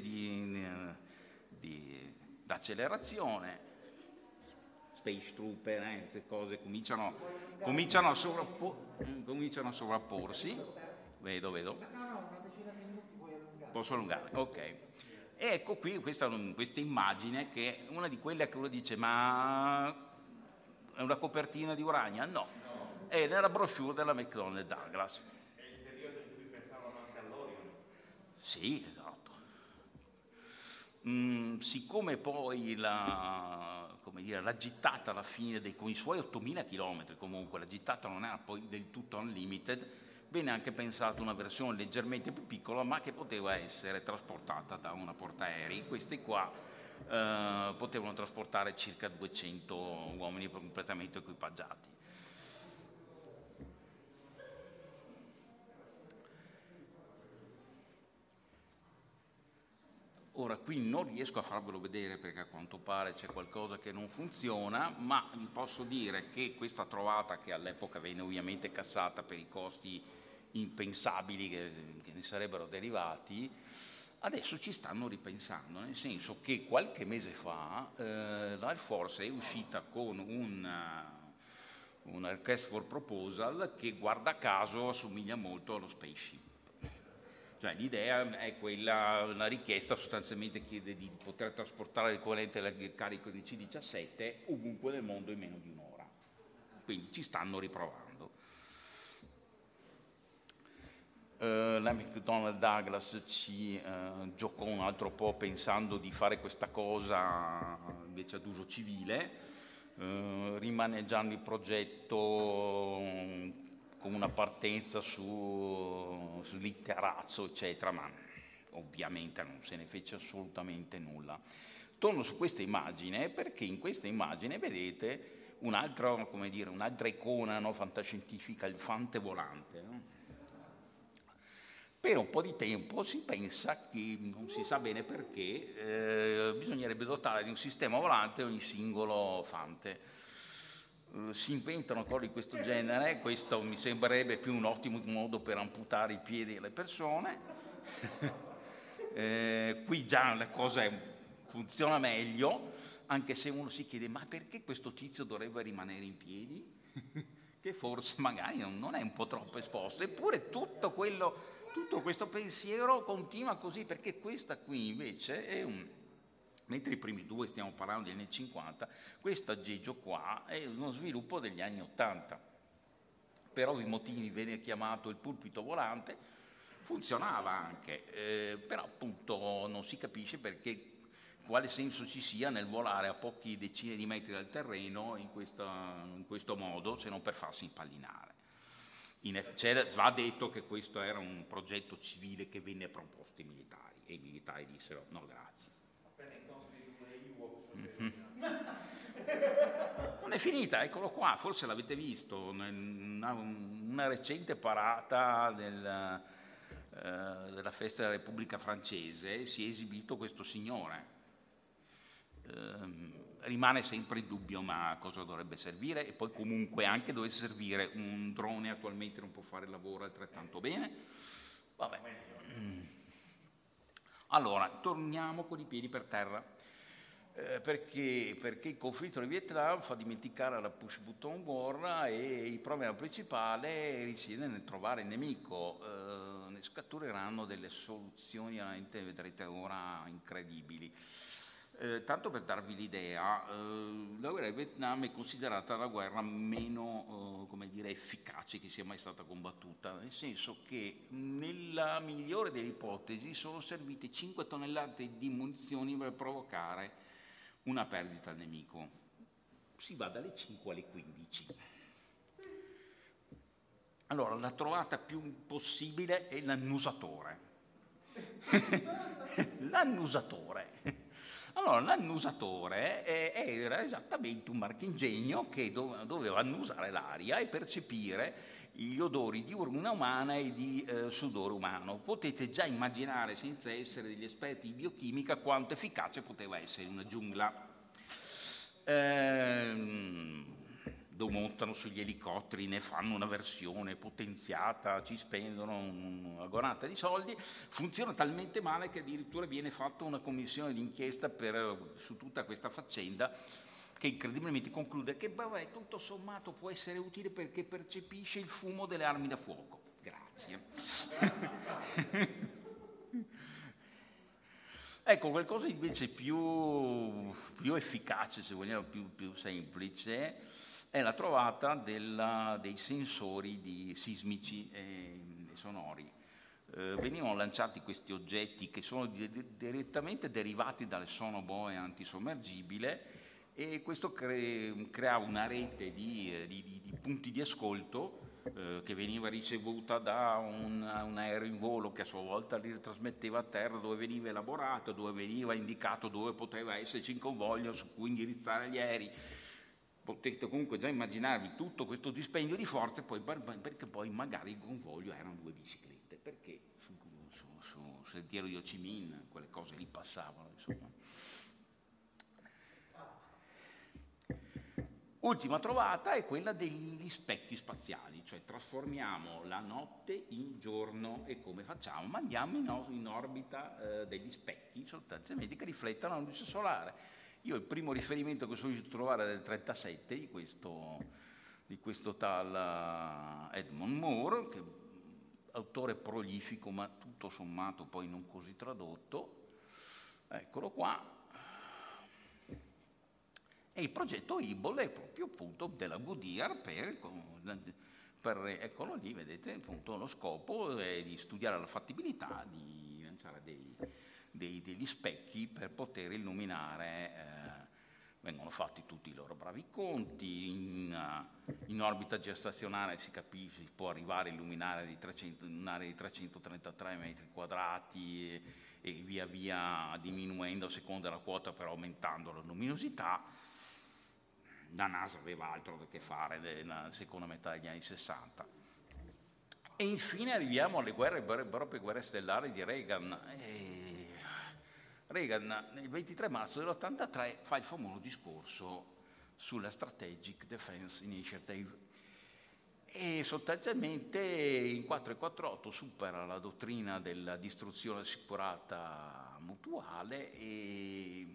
d'accelerazione. Space Trooper, queste cose cominciano a sovrapporsi. Vedo. Posso allungare, ok. E ecco qui questa immagine, che è una di quelle che uno dice: ma è una copertina di Urania? No, è nella brochure della McDonnell Douglas. È il periodo in cui pensavano anche all'Orion. Sì, esatto. Siccome poi la gittata alla fine con i suoi 8.000 chilometri, comunque la gittata non era poi del tutto unlimited, venne anche pensata una versione leggermente più piccola, ma che poteva essere trasportata da una portaerei. Questi qua potevano trasportare circa 200 uomini completamente equipaggiati. Ora, qui non riesco a farvelo vedere perché a quanto pare c'è qualcosa che non funziona, ma vi posso dire che questa trovata, che all'epoca venne ovviamente cassata per i costi impensabili che ne sarebbero derivati, adesso ci stanno ripensando, nel senso che qualche mese fa l'Air Force è uscita con un request for proposal che, guarda caso, assomiglia molto allo spaceship. Cioè, l'idea è quella, la richiesta sostanzialmente chiede di poter trasportare l'equivalente del carico di C-17 ovunque nel mondo in meno di un'ora. Quindi ci stanno riprovando. La McDonnell Douglas ci giocò un altro po' pensando di fare questa cosa invece ad uso civile, rimaneggiando il progetto con una partenza su Litterazzo, eccetera, ma ovviamente non se ne fece assolutamente nulla. Torno su questa immagine perché in questa immagine vedete un'altra icona, no, fantascientifica, il fante volante. No? Per un po' di tempo si pensa che, non si sa bene perché, bisognerebbe dotare di un sistema volante ogni singolo fante. Si inventano cose di questo genere, questo mi sembrerebbe più un ottimo modo per amputare i piedi alle persone. Qui già la cosa funziona meglio, anche se uno si chiede: ma perché questo tizio dovrebbe rimanere in piedi? Che forse magari non è un po' troppo esposto, eppure tutto questo pensiero continua così, perché questa qui invece è mentre i primi due, stiamo parlando degli anni 50, questo aggeggio qua è uno sviluppo degli anni 80. Per ovvi motivi viene chiamato il pulpito volante, funzionava anche, però appunto non si capisce perché quale senso ci sia nel volare a pochi decine di metri dal terreno in questo modo, se non per farsi impallinare. Va detto che questo era un progetto civile che venne proposto ai militari, e i militari dissero no grazie. Appena incontri due Ewoks Non è finita, eccolo qua, forse l'avete visto, una recente parata della festa della Repubblica Francese si è esibito questo signore. Rimane sempre il dubbio, ma a cosa dovrebbe servire? E poi comunque anche dovesse servire un drone attualmente non può fare il lavoro altrettanto bene. Vabbè. Allora, torniamo con i piedi per terra, perché il conflitto del Vietnam fa dimenticare la push button war e il problema principale risiede nel trovare il nemico. Ne scaturiranno delle soluzioni, veramente vedrete ora, incredibili. Tanto per darvi l'idea, la guerra del Vietnam è considerata la guerra meno efficace che sia mai stata combattuta, nel senso che nella migliore delle ipotesi sono servite 5 tonnellate di munizioni per provocare una perdita al nemico. Si va dalle 5 alle 15. Allora, la trovata più possibile è l'annusatore. L'annusatore. Allora, l'annusatore era esattamente un marchingegno che doveva annusare l'aria e percepire gli odori di urina umana e di sudore umano. Potete già immaginare, senza essere degli esperti di biochimica, quanto efficace poteva essere in una giungla. Lo montano sugli elicotteri, ne fanno una versione potenziata, ci spendono una gonata di soldi, funziona talmente male che addirittura viene fatta una commissione d'inchiesta su tutta questa faccenda, che incredibilmente conclude che tutto sommato può essere utile perché percepisce il fumo delle armi da fuoco. Grazie. Ecco, qualcosa invece più efficace, se vogliamo, più semplice, è la trovata dei sensori sismici e sonori. Venivano lanciati questi oggetti che sono direttamente derivati dalle sonoboe antisommergibile, e questo creava una rete di punti di ascolto che veniva ricevuta da un aereo in volo, che a sua volta li trasmetteva a terra, dove veniva elaborato, dove veniva indicato dove poteva esserci un convoglio su cui indirizzare gli aerei. Potete comunque già immaginarvi tutto questo dispendio di forze, perché poi magari il convoglio erano 2 biciclette, perché su Sentiero di Ho Chi Minh quelle cose lì passavano, insomma. Ultima trovata è quella degli specchi spaziali, cioè trasformiamo la notte in giorno. E come facciamo? Mandiamo in orbita degli specchi sostanzialmente che riflettono la luce solare. Io il primo riferimento che sono riuscito a trovare è del 1937 di questo tal Edmund Moore, che è autore prolifico ma tutto sommato poi non così tradotto. Eccolo qua. E il progetto Hubble è proprio appunto della Goodyear eccolo lì, vedete, appunto lo scopo è di studiare la fattibilità di lanciare degli specchi per poter illuminare. Vengono fatti tutti i loro bravi conti, in orbita geostazionaria si capisce, si può arrivare a illuminare in un'area di 333 metri quadrati e via via diminuendo a seconda della quota, però aumentando la luminosità. La NASA aveva altro da che fare nella seconda metà degli anni 60. E infine arriviamo alle proprie guerre stellari di Reagan. Reagan il 23 marzo dell'83 fa il famoso discorso sulla Strategic Defense Initiative e sostanzialmente in 448 supera la dottrina della distruzione assicurata mutuale e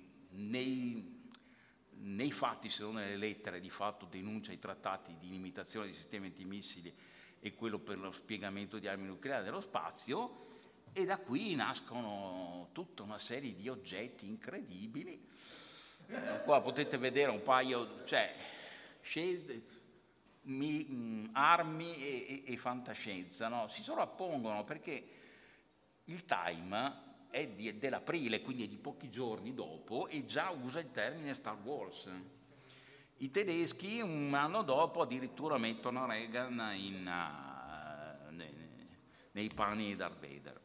nei fatti, se non nelle lettere, di fatto denuncia i trattati di limitazione dei sistemi antimissili e quello per lo spiegamento di armi nucleari nello spazio, e da qui nascono tutta una serie di oggetti incredibili. Qua potete vedere un paio, armi e fantascienza, no? Si sovrappongono perché il Time è dell'aprile, quindi è di pochi giorni dopo, e già usa il termine Star Wars. I tedeschi un anno dopo addirittura mettono Reagan nei panni di Darth Vader.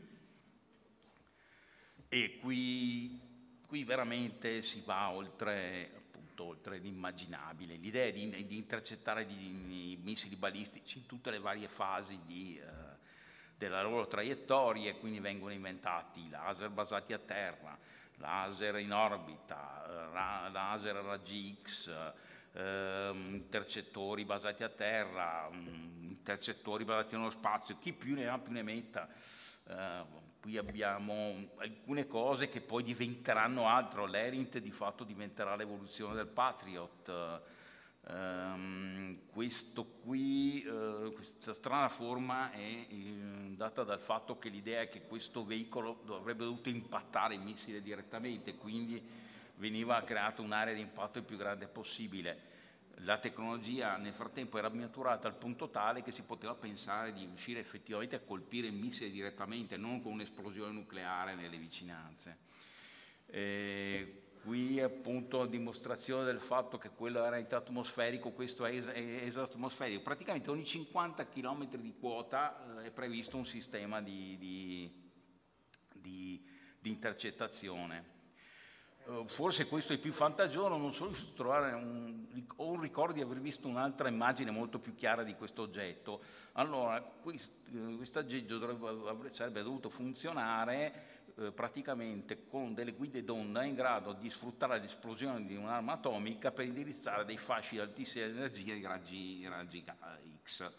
E qui veramente si va oltre l'immaginabile. L'idea di intercettare i missili balistici in tutte le varie fasi della loro traiettoria, e quindi vengono inventati laser basati a terra, laser in orbita, laser a raggi X, intercettori basati a terra, intercettori basati nello spazio, chi più ne ha più ne metta. Qui abbiamo alcune cose che poi diventeranno altro. L'Herint di fatto diventerà l'evoluzione del Patriot. Questo qui, questa strana forma è data dal fatto che l'idea è che questo veicolo avrebbe dovuto impattare il missile direttamente, quindi veniva creata un'area di impatto il più grande possibile. La tecnologia nel frattempo era miniaturata al punto tale che si poteva pensare di riuscire effettivamente a colpire il missile direttamente, non con un'esplosione nucleare nelle vicinanze. Qui appunto dimostrazione del fatto che quello era atmosferico, questo è esatmosferico. Praticamente ogni 50 km di quota è previsto un sistema di intercettazione. Forse questo è il più fantasioso, non sono riuscito a trovare ho un ricordo di aver visto un'altra immagine molto più chiara di questo oggetto. Allora, questo aggeggio sarebbe dovuto funzionare praticamente con delle guide d'onda in grado di sfruttare l'esplosione di un'arma atomica per indirizzare dei fasci di altissima energia di raggi X.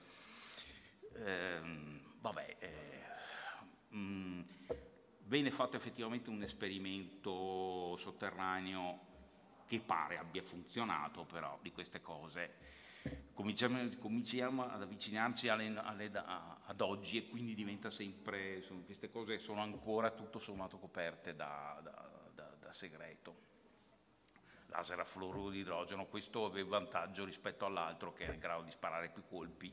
Venne fatto effettivamente un esperimento sotterraneo che pare abbia funzionato, però di queste cose cominciamo ad avvicinarci ad oggi, e quindi diventa sempre, queste cose sono ancora tutto sommato coperte da segreto. Laser a fluoro di idrogeno, questo aveva vantaggio rispetto all'altro che è in grado di sparare più colpi.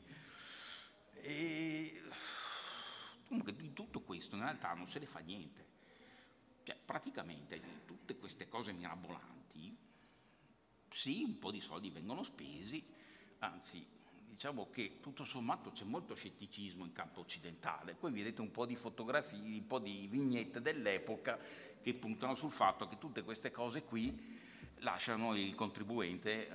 E comunque di tutto questo in realtà non se ne fa niente. Cioè, praticamente di tutte queste cose mirabolanti, sì, un po' di soldi vengono spesi, anzi, diciamo che tutto sommato c'è molto scetticismo in campo occidentale. Poi vedete un po' di fotografie, un po' di vignette dell'epoca che puntano sul fatto che tutte queste cose qui lasciano il contribuente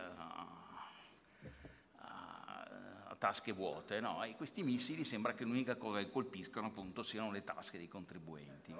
a tasche vuote, no? E questi missili sembra che l'unica cosa che colpiscano appunto siano le tasche dei contribuenti.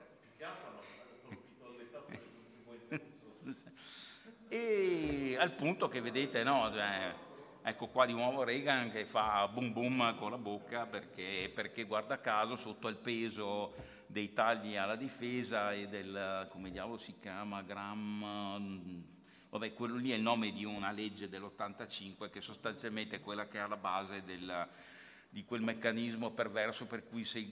E al punto che vedete, no? Ecco qua di nuovo Reagan che fa boom boom con la bocca perché guarda caso sotto il peso dei tagli alla difesa e del, come diavolo si chiama, vabbè, quello lì è il nome di una legge dell'85 che sostanzialmente è quella che è alla base di quel meccanismo perverso per cui se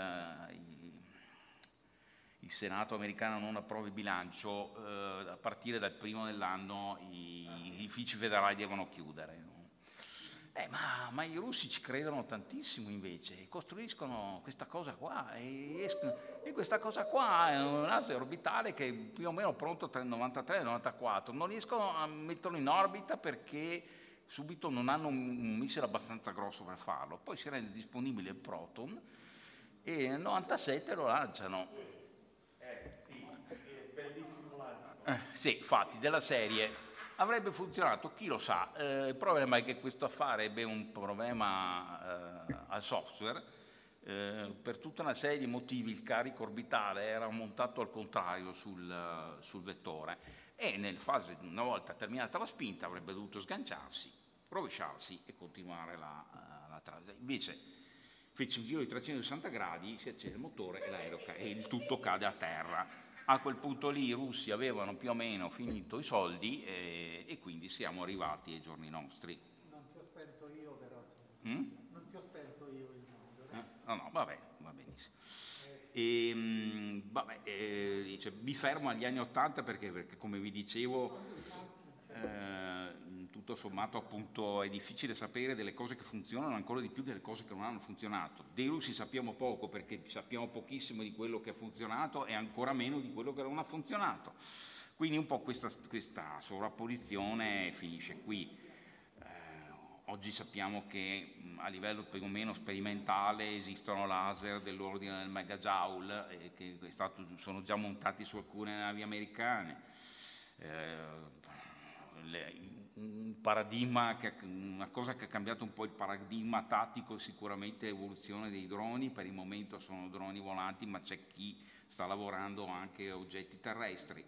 il Senato americano non approva il bilancio, a partire dal primo dell'anno i uffici federali devono chiudere. No? Ma i russi ci credono tantissimo invece, costruiscono questa cosa qua e questa cosa qua è un laser orbitale che è più o meno pronto tra il 93 e il 94. Non riescono a metterlo in orbita perché subito non hanno un missile abbastanza grosso per farlo. Poi si rende disponibile il Proton e nel 97 lo lanciano. Sì, è bellissimo lancio. Sì, infatti, della serie avrebbe funzionato, chi lo sa. Il problema è che questo affare ebbe un problema al software. Per tutta una serie di motivi il carico orbitale era montato al contrario sul vettore e una volta terminata la spinta avrebbe dovuto sganciarsi, rovesciarsi e continuare la traccia. Invece fece un giro di 360 gradi, si accende il motore e l'aereo e il tutto cade a terra. A quel punto lì i russi avevano più o meno finito i soldi e quindi siamo arrivati ai giorni nostri. Non ti ho spento io però. Non ti ho spento io il mondo. No, vabbè, va benissimo. Dice, mi fermo agli anni '80 perché come vi dicevo tutto sommato appunto è difficile sapere delle cose che funzionano, ancora di più delle cose che non hanno funzionato. Delusi sappiamo poco, perché sappiamo pochissimo di quello che ha funzionato e ancora meno di quello che non ha funzionato. Quindi un po' questa sovrapposizione finisce qui. Oggi sappiamo che a livello più o meno sperimentale esistono laser dell'ordine del megajoule che sono già montati su alcune navi americane. Una cosa che ha cambiato un po' il paradigma tattico è sicuramente l'evoluzione dei droni. Per il momento sono droni volanti, ma c'è chi sta lavorando anche a oggetti terrestri.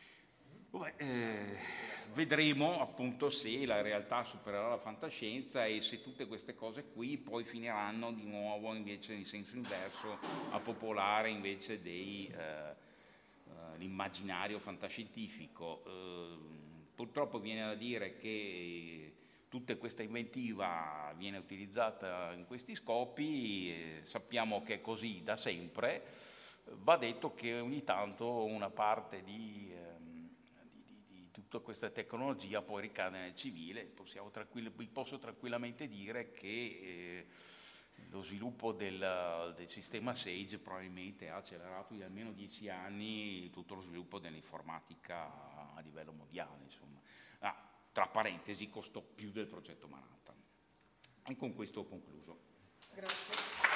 Vedremo appunto se la realtà supererà la fantascienza e se tutte queste cose qui poi finiranno di nuovo invece in senso inverso a popolare invece l'immaginario fantascientifico. Purtroppo viene da dire che tutta questa inventiva viene utilizzata in questi scopi, sappiamo che è così da sempre. Va detto che ogni tanto una parte di tutta questa tecnologia poi ricade nel civile. Vi posso tranquillamente dire che lo sviluppo del sistema SAGE probabilmente ha accelerato di almeno 10 anni tutto lo sviluppo dell'informatica a livello mondiale, insomma. Tra parentesi, costò più del progetto Manhattan. E con questo ho concluso. Grazie.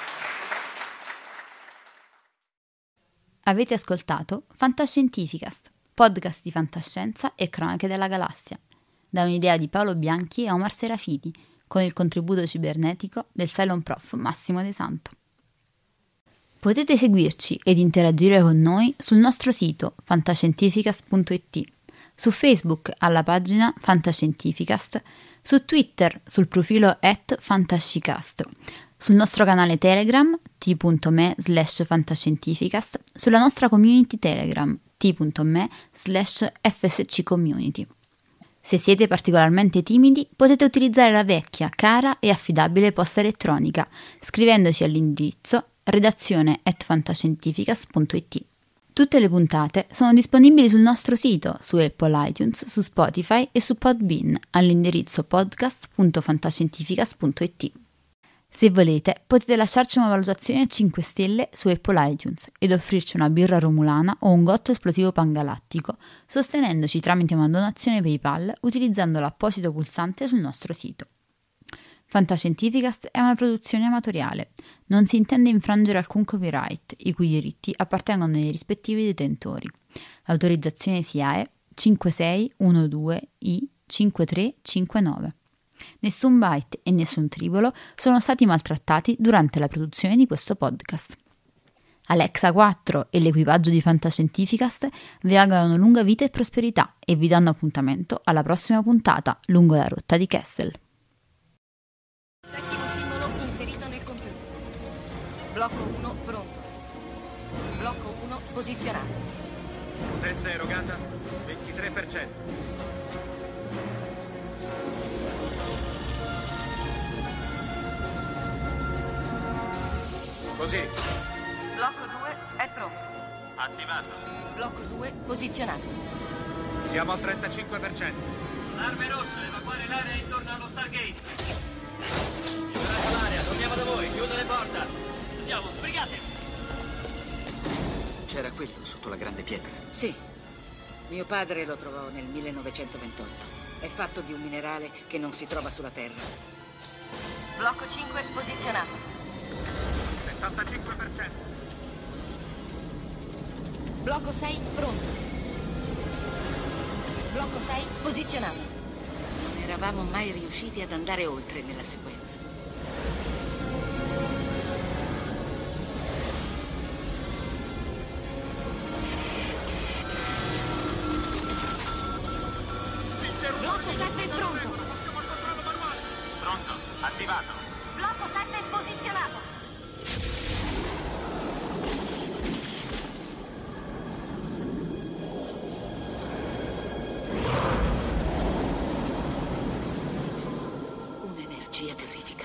Avete ascoltato Fantascientificast, podcast di fantascienza e cronache della galassia, da un'idea di Paolo Bianchi e Omar Serafiti, con il contributo cibernetico del Cylon Prof Massimo De Santo. Potete seguirci ed interagire con noi sul nostro sito fantascientificast.it, su Facebook alla pagina Fantascientificast, su Twitter sul profilo @fantascicast, sul nostro canale Telegram t.me/fantascientificast, sulla nostra community Telegram t.me/fsccommunity. Se siete particolarmente timidi, potete utilizzare la vecchia, cara e affidabile posta elettronica, scrivendoci all'indirizzo redazione@fantascientificast.it. Tutte le puntate sono disponibili sul nostro sito, su Apple iTunes, su Spotify e su Podbean, all'indirizzo podcast.fantascientificast.it. Se volete, potete lasciarci una valutazione a 5 stelle su Apple iTunes ed offrirci una birra romulana o un gotto esplosivo pangalattico, sostenendoci tramite una donazione PayPal utilizzando l'apposito pulsante sul nostro sito. Fantascientificast è una produzione amatoriale, non si intende infrangere alcun copyright, i cui diritti appartengono ai rispettivi detentori. L'autorizzazione SIAE 5612I5359. Nessun byte e nessun tribolo sono stati maltrattati durante la produzione di questo podcast. Alexa 4 e l'equipaggio di Fantascientificast vi augurano lunga vita e prosperità e vi danno appuntamento alla prossima puntata lungo la rotta di Kessel. Settimo simbolo inserito nel computer. Blocco 1 pronto. Blocco 1 posizionato. Potenza erogata 23%. Così. Blocco 2 è pronto. Attivato. Blocco 2 posizionato. Siamo al 35%. Arme rosse, evacuare l'area intorno allo Stargate. Liberate l'area, torniamo da voi, chiudere porta. Andiamo, sbrigate. C'era quello sotto la grande pietra? Sì. Mio padre lo trovò nel 1928. È fatto di un minerale che non si trova sulla Terra. Blocco 5 posizionato. 75%. Blocco 6 pronto. Blocco 6 posizionato. Non eravamo mai riusciti ad andare oltre nella sequenza. Blocco 7 pronto. Pronto, attivato. Blocco 7 posizionato. Un'energia terrificante.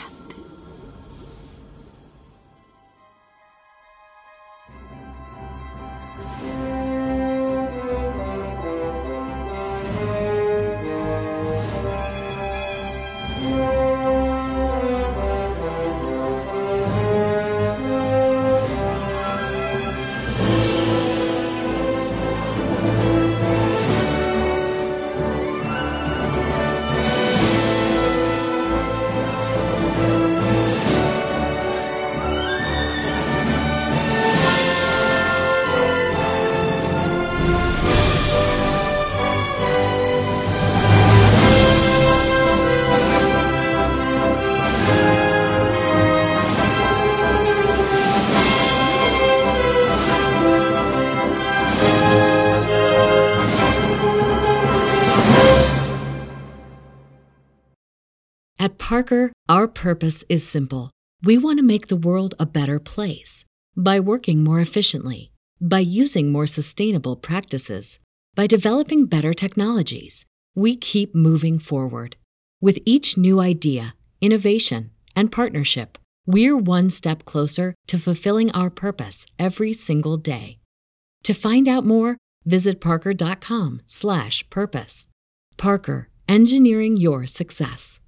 Parker, our purpose is simple. We want to make the world a better place by working more efficiently, by using more sustainable practices, by developing better technologies. We keep moving forward. With each new idea, innovation, and partnership, we're one step closer to fulfilling our purpose every single day. To find out more, visit parker.com/purpose. Parker, engineering your success.